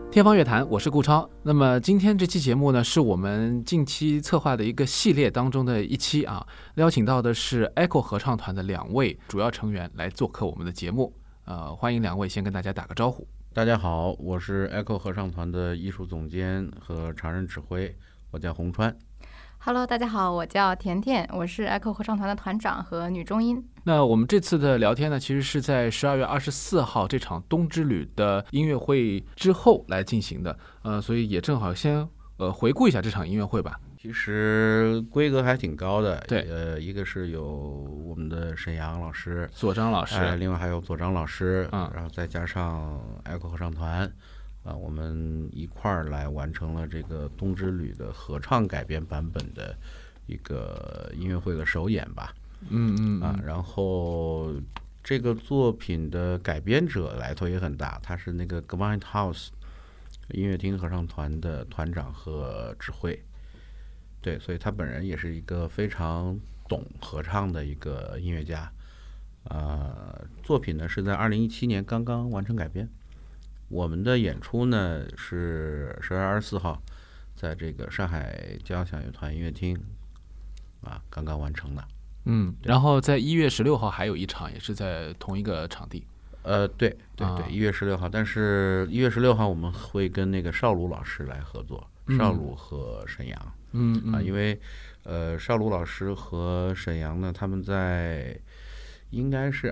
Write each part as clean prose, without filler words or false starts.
天方乐坛，我是顾超。那么今天这期节目呢，是我们近期策划的一个系列当中的一期啊，邀请到的是 Echo 合唱团的2位主要成员来做客我们的节目。欢迎2位先跟大家打个招呼。 大家好，我是 Echo 合唱团的艺术总监和常任指挥，我叫洪川。 Hello， 大家好，我叫甜甜，我是 Echo 合唱团的团长和女中音。 那我们这次的聊天呢，其实是在12月24号这场冬之旅的音乐会之后来进行的，所以也正好先回顾一下这场音乐会吧。 其实规格还挺高的， 对， 一个是有我们的沈阳老师、 左张老师， 另外还有左张老师，然后再加上 Echo 合唱团。我们一块儿来完成了这个冬之旅的合唱改编版本的一个音乐会的首演吧。然后这个作品的改编者来头也很大，他是那个 Grindhouse 音乐厅合唱团的团长和指挥。对，所以他本人也是一个非常懂合唱的一个音乐家。作品呢是在2017年刚刚完成改编。我们的演出呢是12月24号在这个上海交响乐团音乐厅刚刚完成的。 然后在1月16号还有一场，也是在同一个场地。 对，1月16号，但是1月16号我们会跟那个邵鲁老师来合作，邵鲁和沈阳。因为邵鲁老师和沈阳呢，他们在应该是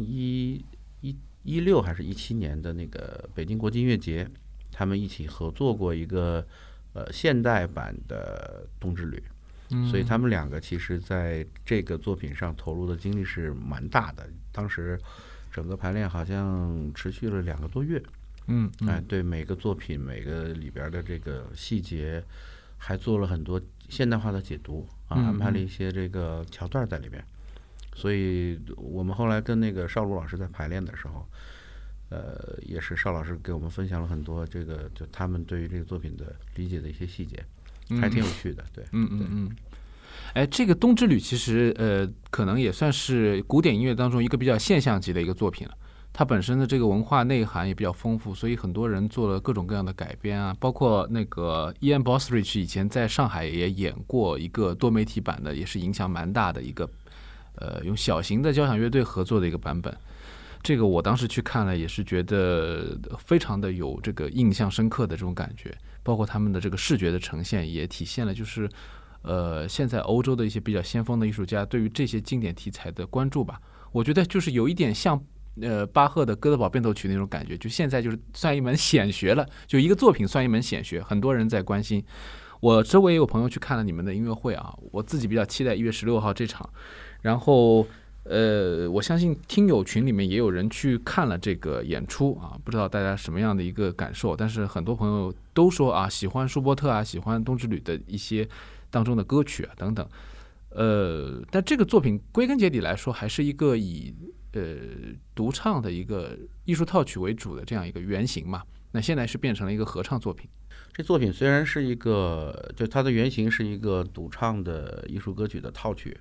2016还是17年的那个北京国际音乐节，他们一起合作过一个现代版的冬之旅。所以他们2个其实在这个作品上投入的精力是蛮大的，当时整个排练好像持续了2个多月。对每个作品每个里边的这个细节还做了很多现代化的解读安排了一些这个桥段在里边。所以我们后来跟那个邵鲁老师在排练的时候，也是邵老师给我们分享了很多这个就他们对于这个作品的理解的一些细节，还挺有趣的。对， 这个冬之旅其实可能也算是古典音乐当中一个比较现象级的一个作品了。它本身的这个文化内涵也比较丰富，所以很多人做了各种各样的改编啊，包括那个 Ian Bostridge 以前在上海也演过一个多媒体版的，也是影响蛮大的一个用小型的交响乐队合作的一个版本。这个我当时去看了，也是觉得非常的有这个印象深刻的这种感觉，包括他们的这个视觉的呈现也体现了就是现在欧洲的一些比较先锋的艺术家对于这些经典题材的关注吧。我觉得就是有一点像巴赫的哥德堡变奏曲那种感觉，就现在就是算一门显学了，就一个作品算一门显学，很多人在关心。我周围也有朋友去看了你们的音乐会啊，我自己比较期待1月16号这场。然后我相信听友群里面也有人去看了这个演出啊，不知道大家什么样的一个感受，但是很多朋友都说喜欢舒伯特啊，喜欢冬之旅的一些当中的歌曲啊等等。但这个作品归根结底来说还是一个以独唱的一个艺术套曲为主的这样一个原型嘛，那现在是变成了一个合唱作品。 这作品虽然是一个，就它的原型是一个独唱的艺术歌曲的套曲，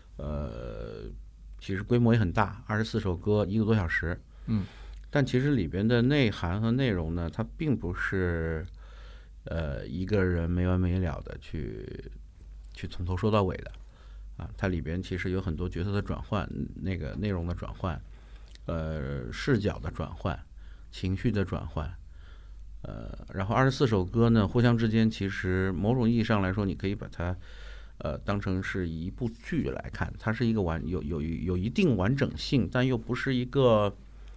其实规模也很大，24首歌，1个多小时。但其实里边的内涵和内容呢，它并不是一个人没完没了的去从头说到尾的它里边其实有很多角色的转换，那个内容的转换，视角的转换，情绪的转换。然后24首歌呢，互相之间其实某种意义上来说，你可以把它当成是一部剧来看，它是一个有一定完整性，但又不是一个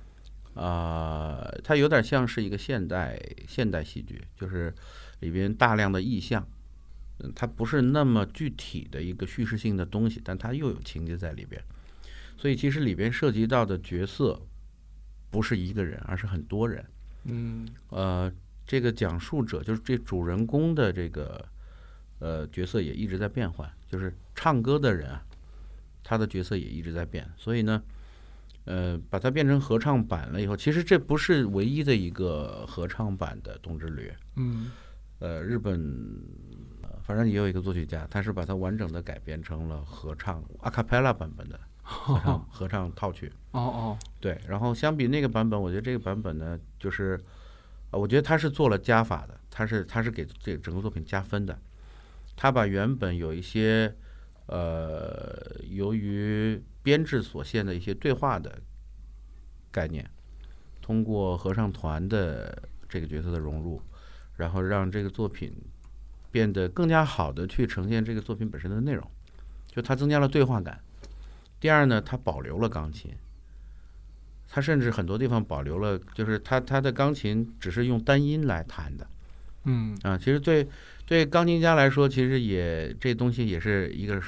它有点像是一个现代戏剧，就是里边大量的意象，它不是那么具体的一个叙事性的东西，但它又有情节在里边。所以其实里边涉及到的角色不是一个人，而是很多人。这个讲述者就是这主人公的这个角色也一直在变换，就是唱歌的人他的角色也一直在变。所以呢把它变成合唱版了以后，其实这不是唯一的一个合唱版的冬之旅。日本反正也有一个作曲家，他是把它完整的改编成了合唱阿卡贝拉版本的合唱套曲。对，然后相比那个版本，我觉得这个版本呢，就是我觉得他是做了加法的，他是给这个整个作品加分的。他把原本有一些由于编制所限的一些对话的概念，通过合唱团的这个角色的融入，然后让这个作品变得更加好的去呈现这个作品本身的内容，就它增加了对话感。第二呢，它保留了钢琴，它甚至很多地方保留了，就是它的钢琴只是用单音来弹的。其实对钢琴家来说，其实这东西也是一个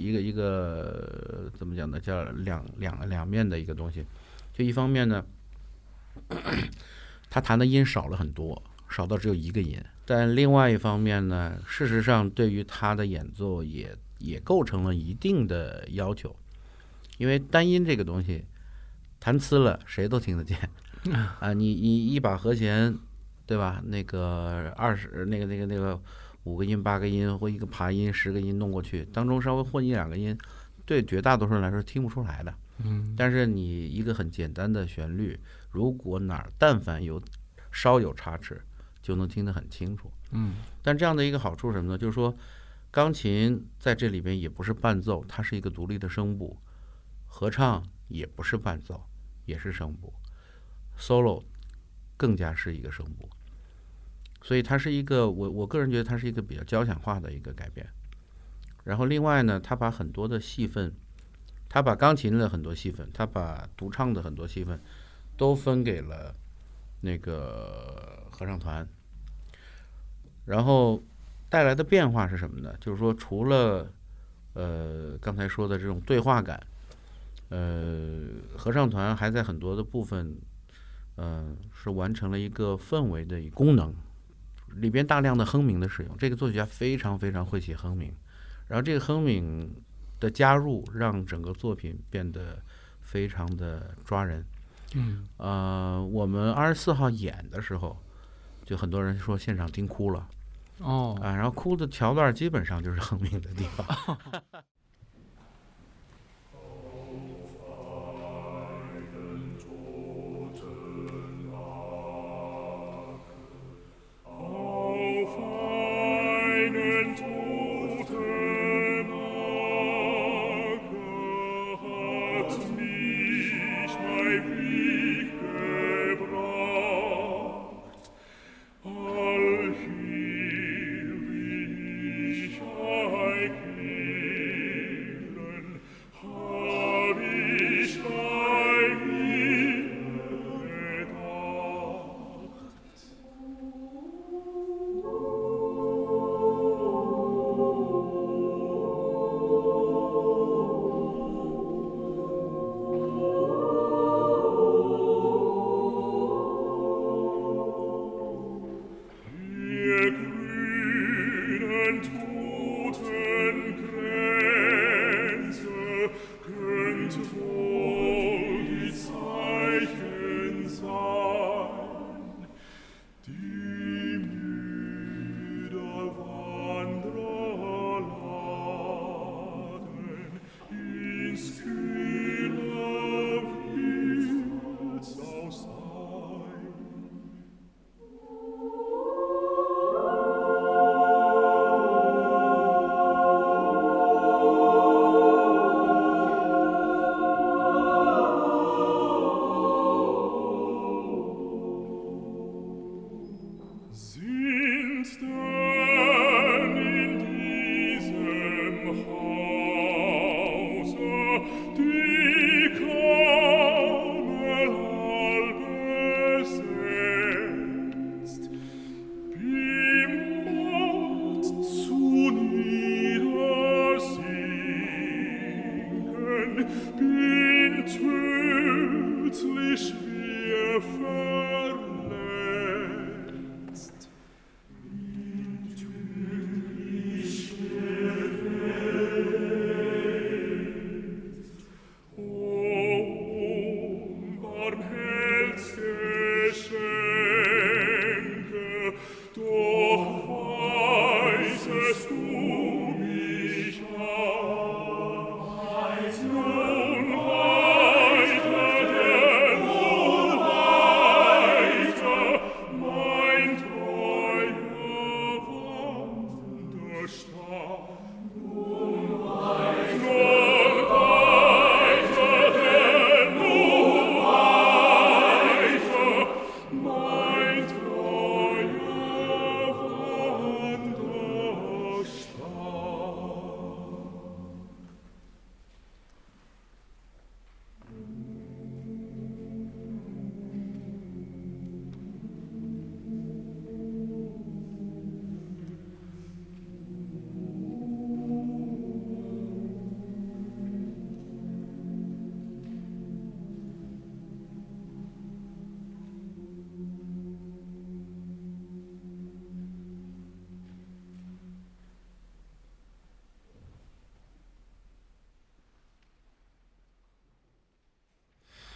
怎么讲呢？叫两面的一个东西。就一方面呢，他弹的音少了很多，少到只有一个音。但另外一方面呢，事实上对于他的演奏也构成了一定的要求，因为单音这个东西弹呲了谁都听得见你一把和弦，对吧？那个5个音、8个音或一个爬音、10个音弄过去，当中稍微混1-2个音，对绝大多数人来说听不出来的。但是你一个很简单的旋律，如果哪儿但凡稍有差池，就能听得很清楚。但这样的一个好处是什么呢？就是说，钢琴在这里边也不是伴奏，它是一个独立的声部；合唱也不是伴奏，也是声部；solo 更加是一个声部。所以它是一个我个人觉得它是一个比较交响化的一个改编。然后另外呢，他把很多的戏份，他把钢琴的很多戏份，他把独唱的很多戏份都分给了那个合唱团。然后带来的变化是什么呢？就是说除了刚才说的这种对话感，合唱团还在很多的部分是完成了一个氛围的功能，里边大量的哼鸣的使用，这个作曲家非常非常会写哼鸣，然后这个哼鸣的加入让整个作品变得非常的抓人。我们24号演的时候，就很多人说现场听哭了。然后哭的桥段基本上就是哼鸣的地方。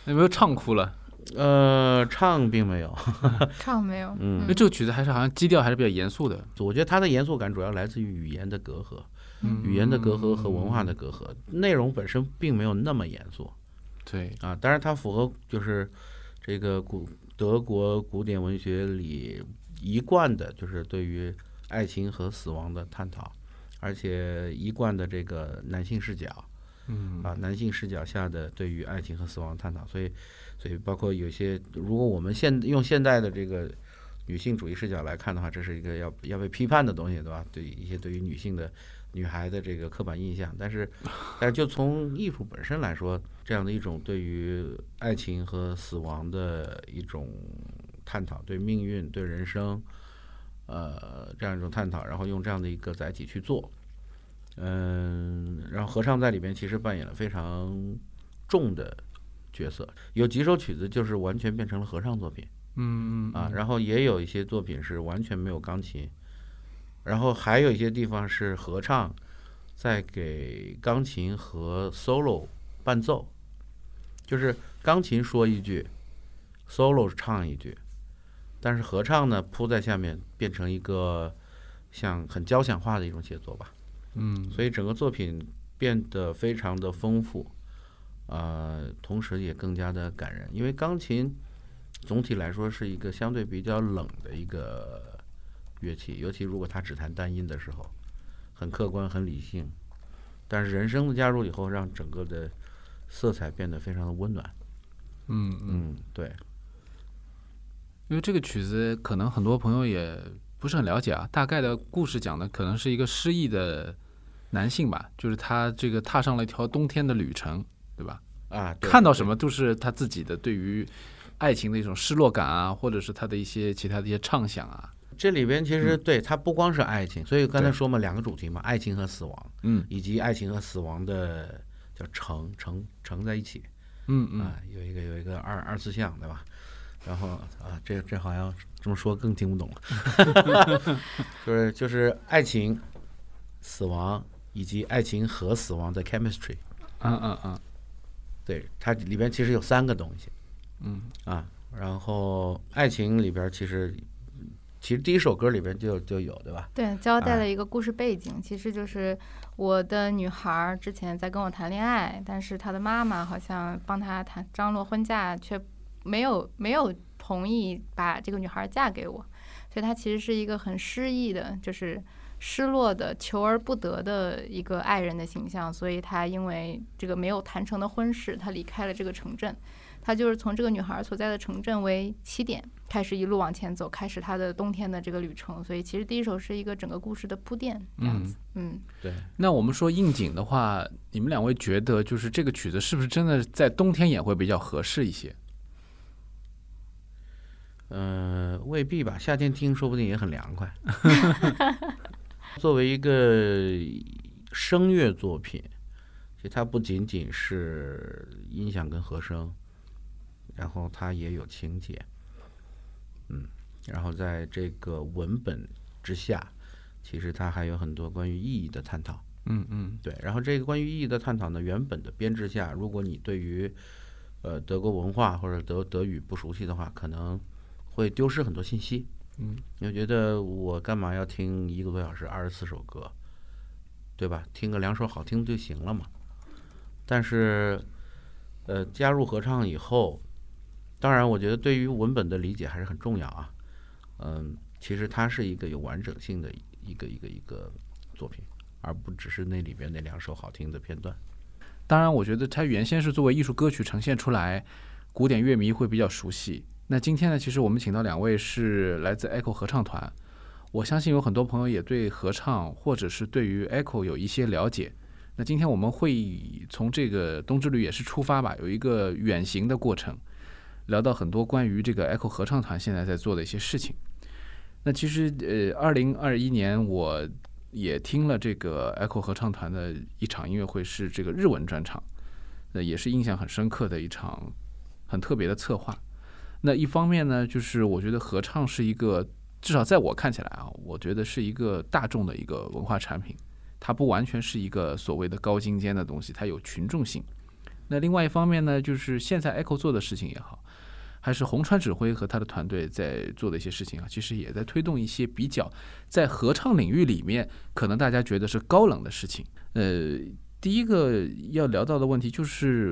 有没有唱哭了？ 唱并没有， 唱没有。 因为这个曲子还是好像基调还是比较严肃的。 我觉得它的严肃感主要来自于语言的隔阂，语言的隔阂和文化的隔阂，内容本身并没有那么严肃。 对啊，当然它符合就是这个德国古典文学里一贯的，就是对于爱情和死亡的探讨，而且一贯的这个男性视角，男性视角下的对于爱情和死亡探讨，所以包括有些，如果我们用现代的这个女性主义视角来看的话，这是一个要被批判的东西，对吧？对一些对于女孩的这个刻板印象，但是就从艺术本身来说，这样的一种对于爱情和死亡的一种探讨，对命运、对人生，这样一种探讨，然后用这样的一个载体去做，然后合唱在里边其实扮演了非常重的角色，有几首曲子就是完全变成了合唱作品，然后也有一些作品是完全没有钢琴。然后还有一些地方是合唱在给钢琴和 solo 伴奏，就是钢琴说一句 solo 唱一句，但是合唱呢铺在下面变成一个像很交响化的一种写作吧。所以整个作品变得非常的丰富，同时也更加的感人，因为钢琴总体来说是一个相对比较冷的一个乐器，尤其如果它只弹单音的时候，很客观很理性，但是人声的加入以后，让整个的色彩变得非常的温暖。对。 因为这个曲子可能很多朋友也不是很了解啊，大概的故事讲的可能是一个失意的男性吧，就是他这个踏上了一条冬天的旅程，对吧？ 对， 看到什么都是他自己的对于爱情的一种失落感啊，或者是他的一些其他的一些畅想啊。这里边其实对它不光是爱情，所以刚才说嘛，两个主题嘛，爱情和死亡，以及爱情和死亡的叫承在一起，有一个二次项，对吧？然后这好像这么说更听不懂了，就是爱情、死亡以及爱情和死亡的 chemistry，对，它里边其实有3个东西，然后爱情里边其实第一首歌里边就有，对吧？ 对，交代了一个故事背景，其实就是我的女孩之前在跟我谈恋爱，但是她的妈妈好像帮她张罗婚嫁，却没有同意把这个女孩嫁给我，所以她其实是一个很失意的，就是失落的、求而不得的一个爱人的形象，所以她因为这个没有谈成的婚事，她离开了这个城镇。他就是从这个女孩所在的城镇为起点，开始一路往前走，开始他的冬天的这个旅程。所以其实第一首是一个整个故事的铺垫，这样子。 对。 那我们说应景的话，你们两位觉得就是这个曲子是不是真的在冬天演会比较合适一些？ 未必吧，夏天听说不定也很凉快。作为一个声乐作品，其实它不仅仅是音响跟和声，然后它也有情节，然后在这个文本之下，其实它还有很多关于意义的探讨，对。然后这个关于意义的探讨呢，原本的编制下，如果你对于德国文化或者德语不熟悉的话，可能会丢失很多信息，你会觉得我干嘛要听1个多小时24首歌，对吧？听个2首好听就行了嘛。但是加入合唱以后，当然我觉得对于文本的理解还是很重要啊。其实它是一个有完整性的一个作品，而不只是那里边那2首好听的片段。 当然我觉得它原先是作为艺术歌曲呈现出来，古典乐迷会比较熟悉。那今天呢，其实我们请到2位是来自 Echo 合唱团，我相信有很多朋友也对合唱或者是对于 Echo 有一些了解。那今天我们会从这个冬之旅也是出发吧，有一个远行的过程，聊到很多关于这个 Echo 合唱团现在在做的一些事情。那其实2021年我也听了这个 Echo 合唱团的一场音乐会，是这个日文专场，也是印象很深刻的一场很特别的策划。那一方面呢，就是我觉得合唱是一个，至少在我看起来啊，我觉得是一个大众的一个文化产品，它不完全是一个所谓的高精尖的东西，它有群众性。 那另外一方面呢，就是现在 Echo 做的事情也好，还是洪川指挥和他的团队在做的一些事情啊，其实也在推动一些比较在合唱领域里面可能大家觉得是高冷的事情。第一个要聊到的问题就是，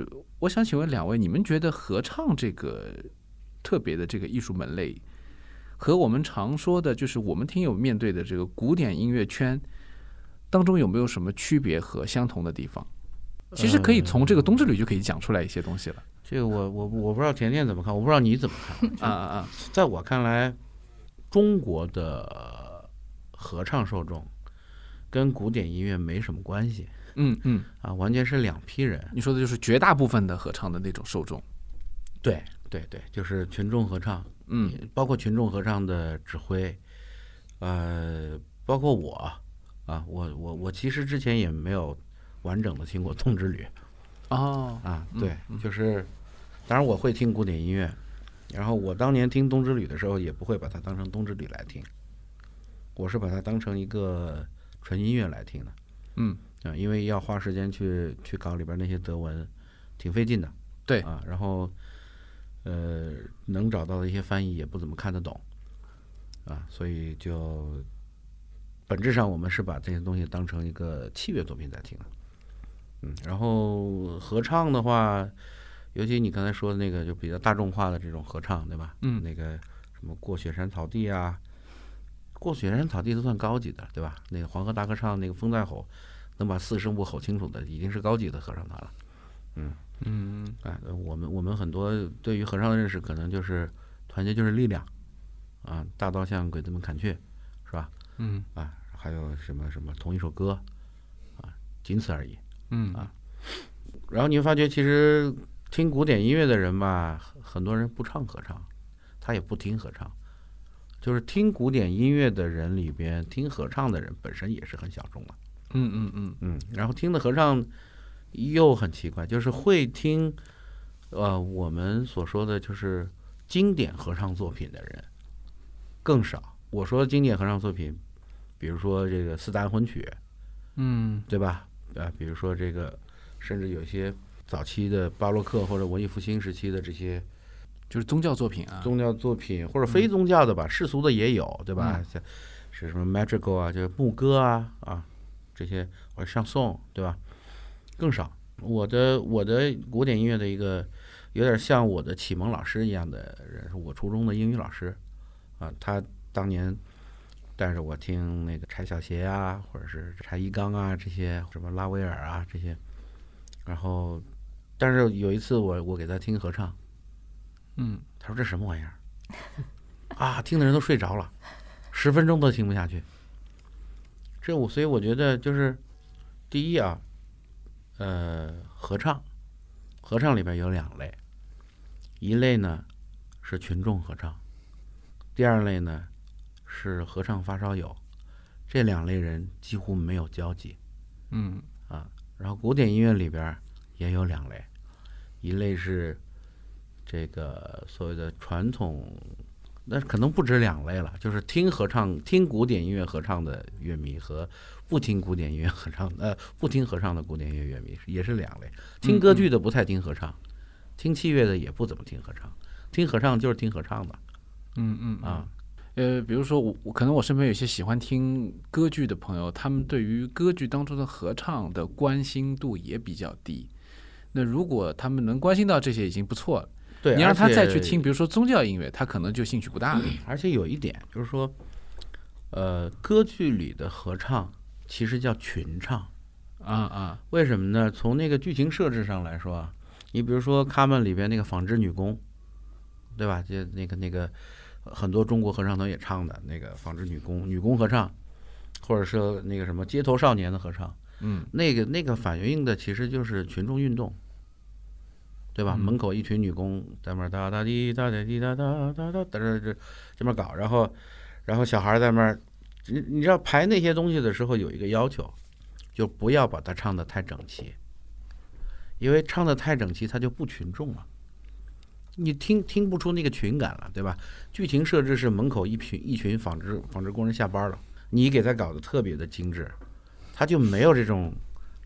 我想请问两位，你们觉得合唱这个特别的这个艺术门类，和我们常说的就是我们听友面对的这个古典音乐圈当中有没有什么区别和相同的地方？其实可以从这个冬之旅就可以讲出来一些东西了。 这个我不知道甜甜怎么看，我不知道你怎么看。在我看来，中国的合唱受众跟古典音乐没什么关系。完全是两批人。你说的就是绝大部分的合唱的那种受众。 对，就是群众合唱。包括群众合唱的指挥，包括我我其实之前也没有完整的听过冬之旅。对，就是当然我会听古典音乐，然后我当年听冬之旅的时候也不会把它当成冬之旅来听，我是把它当成一个纯音乐来听的。因为要花时间去搞里边那些德文，挺费劲的。 对然后能找到的一些翻译也不怎么看得懂所以就本质上我们是把这些东西当成一个器乐作品在听的。然后合唱的话，尤其你刚才说的那个就比较大众化的这种合唱，对吧？那个什么过雪山草地啊，过雪山草地都算高级的，对吧？那个黄河大合唱，那个风在吼，能把4声部吼清楚的，已经是高级的合唱团了。我们很多对于合唱的认识，可能就是团结就是力量大刀向鬼子们砍去，是吧？还有什么同一首歌仅此而已。然后你会发觉，其实听古典音乐的人吧，很多人不唱合唱，他也不听合唱。就是听古典音乐的人里边，听合唱的人本身也是很小众了。然后听的合唱又很奇怪，就是会听我们所说的就是经典合唱作品的人更少。我说的经典合唱作品，比如说这个四大安魂曲，对吧？比如说这个，甚至有些早期的巴洛克或者文艺复兴时期的这些， 就是宗教作品宗教作品或者非宗教的吧，世俗的也有，对吧？像是什么 Madrigal 啊，就是牧歌这些，或者像颂，对吧？更少。我的古典音乐的一个有点像我的启蒙老师一样的人，是我初中的英语老师他当年带着我听那个柴小鞋或者是柴一刚这些，什么拉威尔这些。然后但是有一次我给他听合唱，他说这什么玩意儿听的人都睡着了，10分钟都听不下去。所以我觉得就是第一合唱里边有2类，一类呢是群众合唱，第2类呢是合唱发烧友，这2类人几乎没有交集。然后古典音乐里边也有2类，一类是这个所谓的传统，那可能不止2类了，就是听古典音乐合唱的乐迷和不听古典音乐合唱不听合唱的古典音乐乐迷也是2类。听歌剧的不太听合唱，听器乐的也不怎么听合唱，听合唱就是听合唱的。 比如说可能我身边有些喜欢听歌剧的朋友，他们对于歌剧当中的合唱的关心度也比较低。那如果他们能关心到这些已经不错了。 对， 你让他再去听比如说宗教音乐，他可能就兴趣不大了。 而且有一点就是说歌剧里的合唱其实叫群唱为什么呢？从那个剧情设置上来说你比如说他们里边那个纺织女工，对吧？就那个很多中国合唱团也唱的那个纺织女工合唱，或者是那个什么街头少年的合唱，那个反映的其实就是群众运动，对吧？门口一群女工在那儿哒哒滴哒哒滴哒哒哒哒这么搞，然后小孩在那儿，你知道排那些东西的时候有一个要求，就不要把它唱得太整齐，因为唱得太整齐它就不群众了，你听不出那个群感了，对吧？剧情设置是门口一群纺织工人下班了，你给他搞得特别的精致，他就没有这种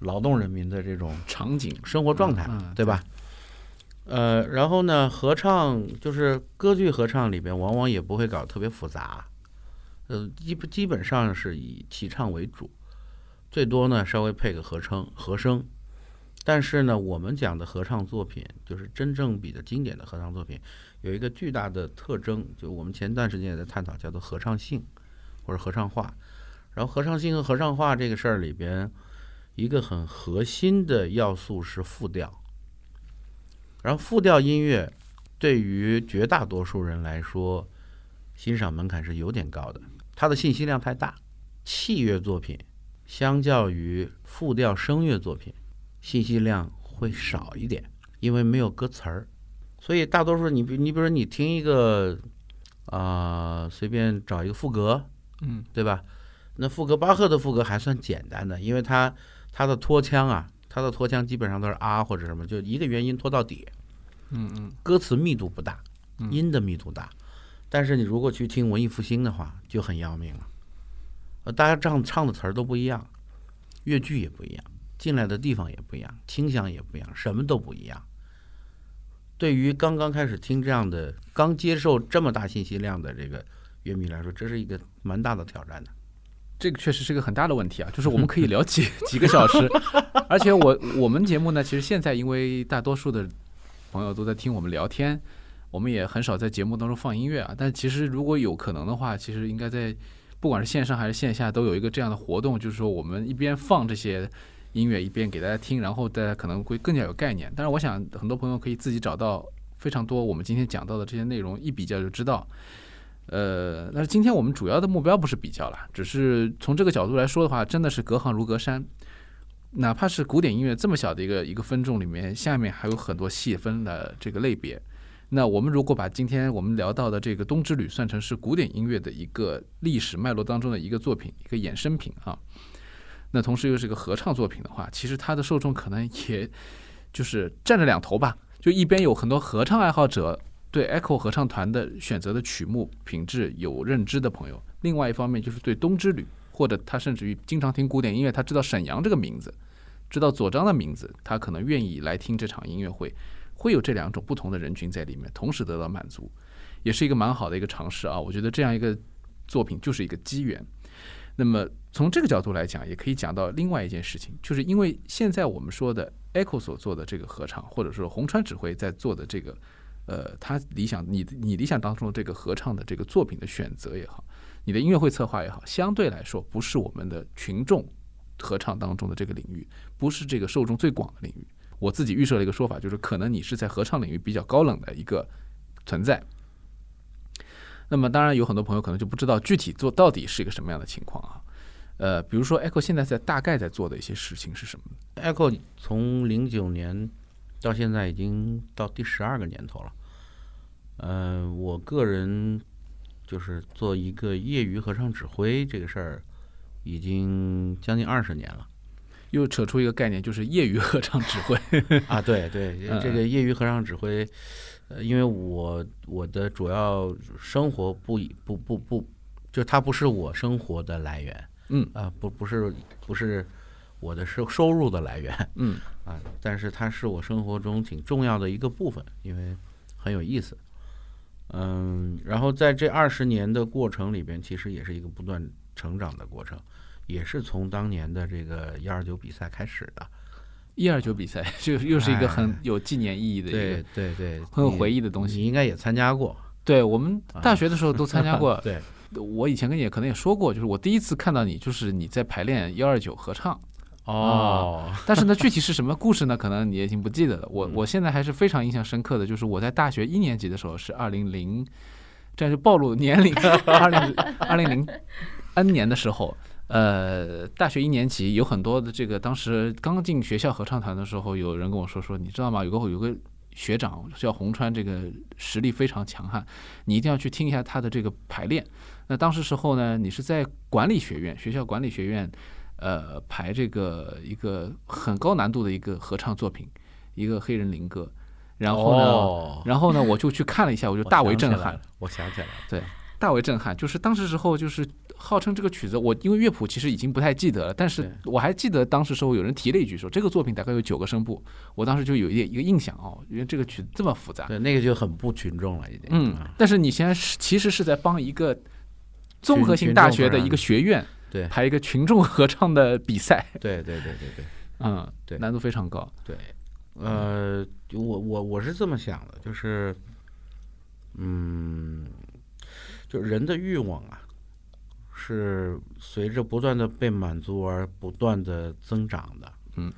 劳动人民的这种场景生活状态，对吧？然后呢，合唱就是歌剧合唱里边往往也不会搞特别复杂，基本上是以齐唱为主，最多呢稍微配个和声。但是呢，我们讲的合唱作品，就是真正比较经典的合唱作品，有一个巨大的特征，就我们前段时间也在探讨，叫做合唱性或者合唱化。然后合唱性和合唱化这个事儿里边，一个很核心的要素是复调。然后复调音乐对于绝大多数人来说，欣赏门槛是有点高的，它的信息量太大。器乐作品相较于复调声乐作品，信息量会少一点，因为没有歌词儿，所以大多数你比如说你听一个随便找一个赋格，对吧？那赋格巴赫的赋格还算简单的，因为他的拖腔基本上都是啊或者什么，就一个元音拖到底，歌词密度不大，音的密度大。但是你如果去听文艺复兴的话，就很要命了，大家唱的词儿都不一样，乐句也不一样，进来的地方也不一样，倾向也不一样，什么都不一样。对于刚刚开始听这样的、刚接受这么大信息量的这个乐迷来说，这是一个蛮大的挑战的。 这个确实是个很大的问题啊，就是我们可以聊几个小时，而且我们节目呢，其实现在因为大多数的朋友都在听我们聊天，我们也很少在节目当中放音乐啊。但其实如果有可能的话，其实应该在不管是线上还是线下都有一个这样的活动，就是说我们一边放这些音乐一边给大家听，然后大家可能会更加有概念。当然我想很多朋友可以自己找到非常多我们今天讲到的这些内容，一比较就知道。但是今天我们主要的目标不是比较了，只是从这个角度来说的话，真的是隔行如隔山。哪怕是古典音乐这么小的一个分众里面，下面还有很多细分的这个类别。那我们如果把今天我们聊到的这个《冬之旅》算成是古典音乐的一个历史脉络当中的一个作品，一个衍生品啊，那同时又是个合唱作品的话，其实它的受众可能也就是占着两头吧。就一边有很多合唱爱好者对 Echo 合唱团的选择的曲目品质有认知的朋友，另外一方面就是对冬之旅，或者他甚至于经常听古典音乐，他知道沈阳这个名字，知道左章的名字，他可能愿意来听这场音乐会，会有这两种不同的人群在里面同时得到满足，也是一个蛮好的一个尝试啊。我觉得这样一个作品就是一个机缘。那么从这个角度来讲，也可以讲到另外一件事情，就是因为现在我们说的 Echo 所做的这个合唱，或者说红川指挥在做的这个他你理想当中的这个合唱的这个作品的选择也好，你的音乐会策划也好，相对来说不是我们的群众合唱当中的这个领域，不是这个受众最广的领域。我自己预设了一个说法，就是可能你是在合唱领域比较高冷的一个存在。那么当然有很多朋友可能就不知道具体做到底是一个什么样的情况啊。比如说 Echo 现在大概在做的一些事情是什么 ？Echo 从09年到现在已经到第12个年头了。我个人就是做一个业余合唱指挥这个事儿，已经将近20年了。 又扯出一个概念，就是业余合唱指挥啊，对，这个业余合唱指挥，因为我的主要生活不，就它不是我生活的来源，不是我的收入的来源，但是它是我生活中挺重要的一个部分，因为很有意思，然后在这20年的过程里边，其实也是一个不断成长的过程。也是从当年的这个129比赛开始的。 129比赛就又是一个很有纪念意义的一个， 对， 很有回忆的东西。 你应该也参加过。 对，我们大学的时候都参加过。 对， 我以前跟你可能也说过，就是我第一次看到你，就是你在排练129合唱。但是呢，具体是什么故事呢？可能你已经不记得了。我现在还是非常印象深刻的，就是我在大学1年级的时候，是2000，这样就暴露年龄，2000 N 年的时候。大学1年级有很多的这个，当时刚进学校合唱团的时候，有人跟我说，你知道吗？有个学长叫洪川，这个实力非常强悍，你一定要去听一下他的这个排练。那当时时候呢，你是在管理学院，学校管理学院，排这个一个很高难度的一个合唱作品，一个黑人灵歌。然后呢，我就去看了一下，我就大为震撼。 我想起来了， 对，大为震撼。就是当时时候就是号称这个曲子，我因为乐谱其实已经不太记得了，但是我还记得当时时候有人提了一句说这个作品大概有9个声部，我当时就有一个印象哦，因为这个曲子这么复杂。 对，那个就很不群众了已经。 但是你现在其实是在帮一个综合性大学的一个学院对排一个群众合唱的比赛。 对， 对，难度非常高。 对，我是这么想的，就是，就人的欲望啊，是随着不断的被满足而不断的增长的。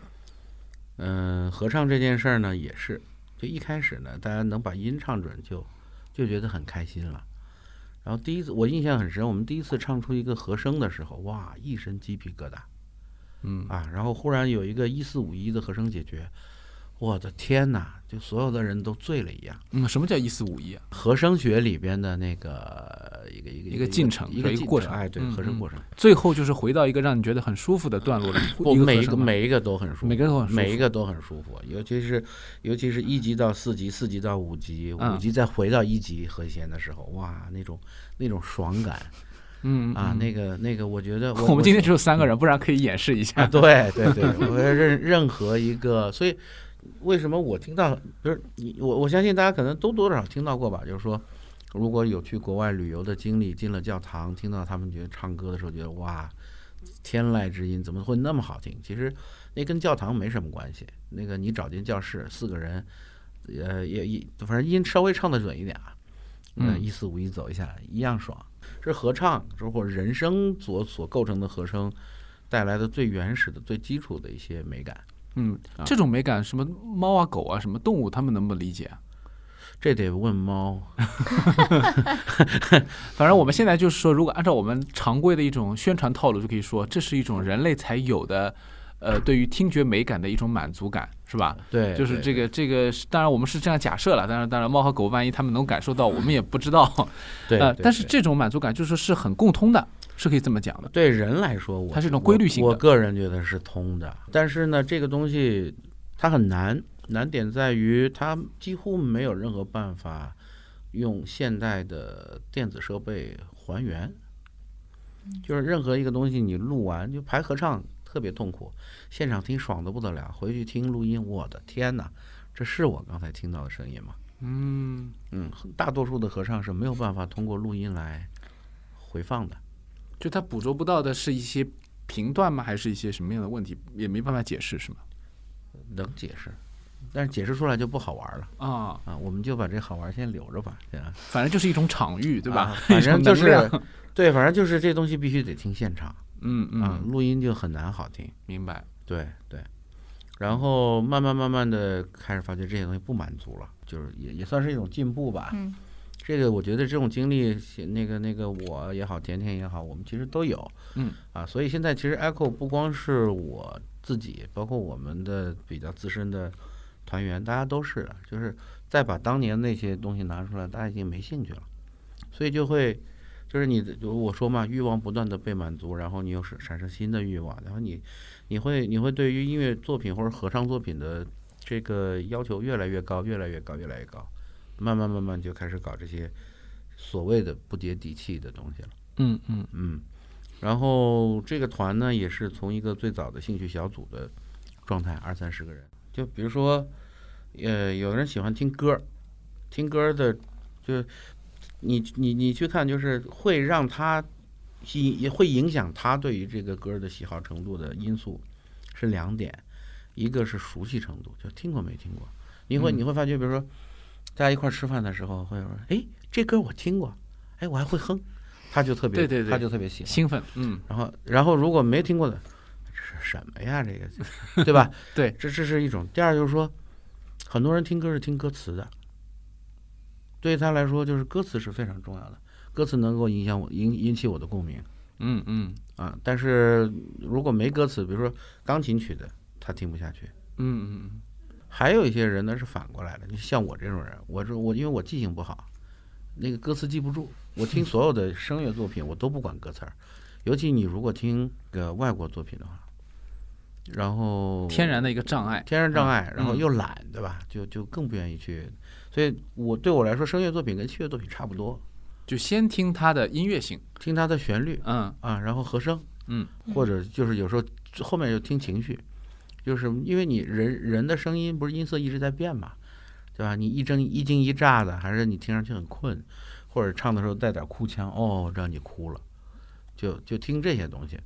合唱这件事儿呢，也是，就一开始呢，大家能把音唱准就觉得很开心了。然后第一次我印象很深，我们第一次唱出一个和声的时候，哇，一身鸡皮疙瘩。然后忽然有一个1451的和声解决，我的天哪，就所有的人都醉了一样。 什么叫1451啊？ 和声学里边的那个一个进程， 一个过程。 哎，对，和声过程。 最后就是回到一个让你觉得很舒服的段落了。 每一个都很舒服， 每一个都很舒服。尤其是1级到4级，4级到5级，5级再回到1级和弦的时候，哇，那种爽感。那个，我觉得我们今天只有3个人，不然可以演示一下。 对，我任何一个，所以为什么我听到，就是我相信大家可能都多少听到过吧，就是说，如果有去国外旅游的经历，进了教堂，听到他们觉得唱歌的时候，觉得哇，天籁之音怎么会那么好听？其实那跟教堂没什么关系。那个你找进教室，4个人，反正音稍微唱得准一点啊，1451走一下来一样爽。是合唱，或者人声所构成的和声带来的最原始的、最基础的一些美感。 这种美感，什么猫啊、狗啊、什么动物，他们能不能理解啊？ 这得问猫。 反正我们现在就是说，如果按照我们常规的一种宣传套路，就可以说这是一种人类才有的。对于听觉美感的一种满足感，是吧？ 对， 就是这个，当然我们是这样假设了，当然，猫和狗万一他们能感受到，我们也不知道。 对， 但是这种满足感就是很共通的，是可以这么讲的。 对人来说， 它是一种规律性的。 我个人觉得是通的，但是呢，这个东西它很难点在于它几乎没有任何办法用现代的电子设备还原。就是任何一个东西你录完就排合唱。特别痛苦，现场听爽得不得了，回去听录音，我的天哪，这是我刚才听到的声音吗？大多数的合唱是没有办法通过录音来回放的， 就他捕捉不到的是一些频段吗？还是一些什么样的问题，也没办法解释，是吗？ 能解释，但是解释出来就不好玩了我们就把这好玩先留着吧，对吧？ 反正就是一种场域，对吧？ 反正就是对，反正就是这东西必须得听现场。录音就很难好听， 明白？ 对，然后慢慢的开始发觉这些东西不满足了，就是也算是一种进步吧。这个我觉得这种经历，那个我也好，甜甜也好，我们其实都有。所以现在其实 Echo 不光是我自己，包括我们的比较资深的团员，大家都是的，就是再把当年那些东西拿出来，大家已经没兴趣了，所以就是我说嘛，欲望不断的被满足，然后你又是产生新的欲望，然后你会对于音乐作品或者合唱作品的这个要求越来越高，慢慢就开始搞这些所谓的不接地气的东西了。然后这个团呢，也是从一个最早的兴趣小组的状态，20-30个人，就比如说，有的人喜欢听歌的，就。你去看，就是会让他也会影响他对于这个歌的喜好程度的因素是2点，一个是熟悉程度，就听过没听过。你会发觉，比如说大家一块吃饭的时候，会说，哎，这歌我听过，哎，我还会哼，他就特别对他就特别喜欢兴奋。 然后如果没听过的，这是什么呀？这个对吧？ 对， 这是一种。第二就是说，很多人听歌是听歌词的。对于他来说，就是歌词是非常重要的，歌词能够引起我的共鸣。但是如果没歌词，比如说钢琴曲的，他听不下去。还有一些人呢是反过来的，就像我这种人，我因为我记性不好，那个歌词记不住，我听所有的声乐作品我都不管歌词儿，尤其你如果听个外国作品的话，然后天然的一个障碍， 然后又懒，对吧？就更不愿意去。所以对我来说，声乐作品跟器乐作品差不多就先听它的音乐性， 听它的旋律，然后和声，或者就是有时候后面就听情绪，就是因为你人的声音不是音色一直在变嘛，对吧？你一惊一乍的，还是你听上去很困，或者唱的时候带点哭腔，让你哭了，就听这些东西。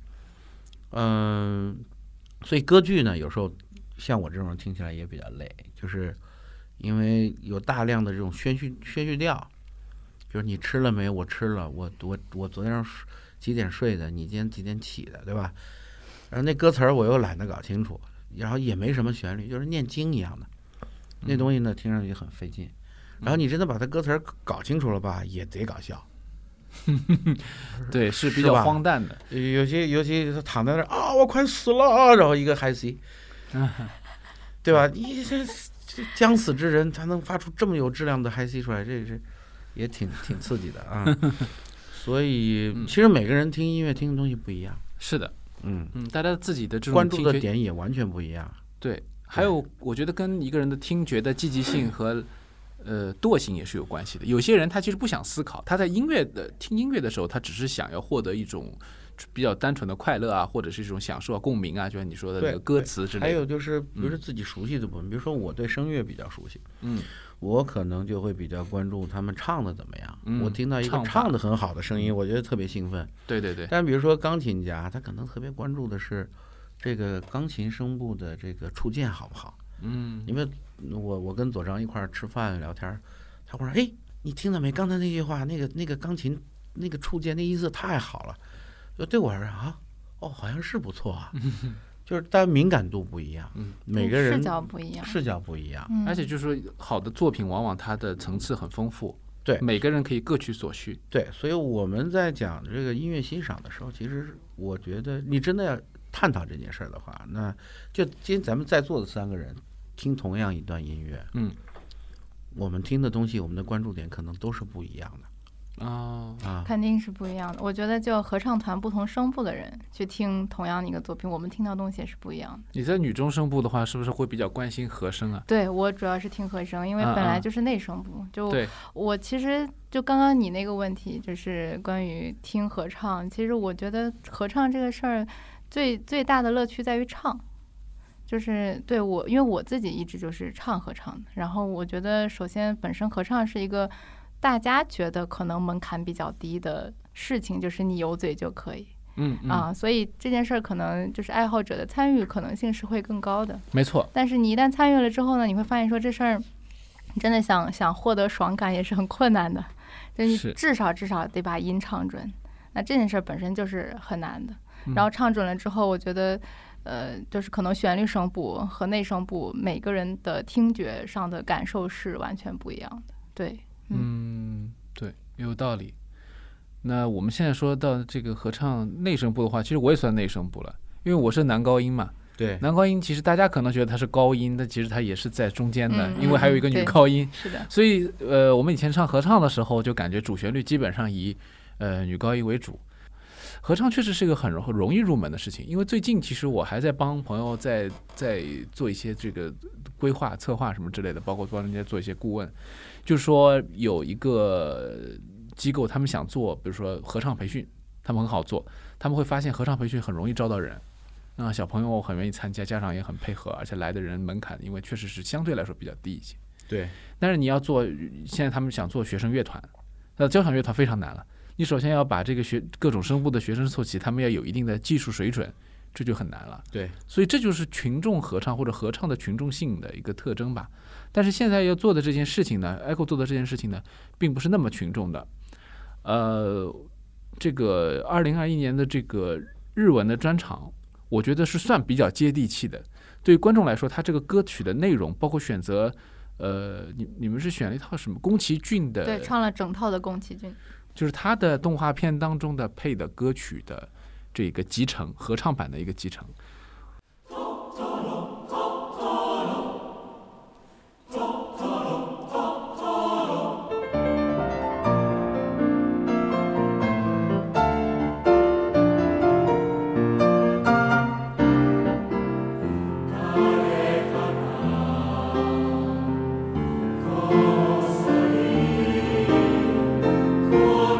所以歌剧呢，有时候像我这种人听起来也比较累，就是因为有大量的这种宣叙调，就是你吃了没？我吃了，我昨天几点睡的？你今天几点起的？对吧？然后那歌词我又懒得搞清楚，然后也没什么旋律，就是念经一样的，那东西呢听上去很费劲。然后你真的把它歌词搞清楚了吧，也贼搞笑。 对，是比较荒诞的。 尤其他躺在那儿我快死了，然后一个嗨 C，对吧？你这将死之人才能发出这么有质量的嗨 C 出来，这是也挺刺激的啊。所以其实每个人听音乐听的东西不一样。 是的，大家自己的这种关注的点也完全不一样。 对，还有我觉得跟一个人的听觉的积极性和惰性也是有关系的。有些人他其实不想思考，他在听音乐的时候，他只是想要获得一种比较单纯的快乐啊，或者是一种享受啊、共鸣啊，就像你说的那个歌词之类的。 还有就是，比如说自己熟悉的部分，比如说我对声乐比较熟悉，我可能就会比较关注他们唱的怎么样。我听到一个唱的很好的声音，我觉得特别兴奋。 对对对。 但比如说钢琴家，他可能特别关注的是这个钢琴声部的这个触键好不好。因为我跟左章一块儿吃饭聊天，他会说：“你听到没？刚才那句话，那个钢琴那个触键那音色太好了。”就对我而言好像是不错啊。就是大家敏感度不一样，每个人视角不一样， 而且就是说，好的作品往往它的层次很丰富， 对， 每个人可以各取所需。 对，所以我们在讲这个音乐欣赏的时候，其实我觉得你真的要探讨这件事的话，那就今天咱们在座的3个人听同样一段音乐，我们听的东西，我们的关注点可能都是不一样的。 肯定是不一样的。我觉得就合唱团不同声部的人去听同样的一个作品，我们听到东西也是不一样的。 你在女中声部的话，是不是会比较关心和声啊？ 对，我主要是听和声，因为本来就是内声部。就我其实就刚刚你那个问题，就是关于听合唱，其实我觉得合唱这个事儿最大的乐趣在于唱。就是对我，因为我自己一直就是唱合唱的，然后我觉得首先本身合唱是一个大家觉得可能门槛比较低的事情，就是你有嘴就可以，所以这件事儿可能就是爱好者的参与可能性是会更高的。 没错。 但是你一旦参与了之后呢，你会发现说这事儿真的想获得爽感也是很困难的，就你至少得把音唱准，那这件事儿本身就是很难的。然后唱准了之后，我觉得就是可能旋律声部和内声部每个人的听觉上的感受是完全不一样的。对。 对，有道理。那我们现在说到这个合唱内声部的话，其实我也算内声部了，因为我是男高音嘛。 对， 男高音其实大家可能觉得它是高音，但其实它也是在中间的，因为还有一个女高音。 是的。 所以我们以前唱合唱的时候，就感觉主旋律基本上以女高音为主。合唱确实是一个很容易入门的事情，因为最近其实我还在帮朋友在做一些这个规划、策划什么之类的，包括帮人家做一些顾问。就是说有一个机构，他们想做，比如说合唱培训，他们很好做，他们会发现合唱培训很容易招到人，小朋友很愿意参加，家长也很配合，而且来的人门槛因为确实是相对来说比较低一些。 对。 但是你要做，现在他们想做学生乐团，那交响乐团非常难了。你首先要把这个各种声部的学生凑齐，他们要有一定的技术水准，这就很难了。 对。所以这就是群众合唱或者合唱的群众性的一个特征吧。但是现在要做的这件事情呢 ，Echo 做的这件事情呢，并不是那么群众的。这个2021年的这个日文的专场，我觉得是算比较接地气的。对于观众来说，他这个歌曲的内容，包括选择，你们是选了一套什么宫崎骏的？ 对，唱了整套的宫崎骏， 就是他的动画片当中的配的歌曲的这个集成，合唱版的一个集成。 Oh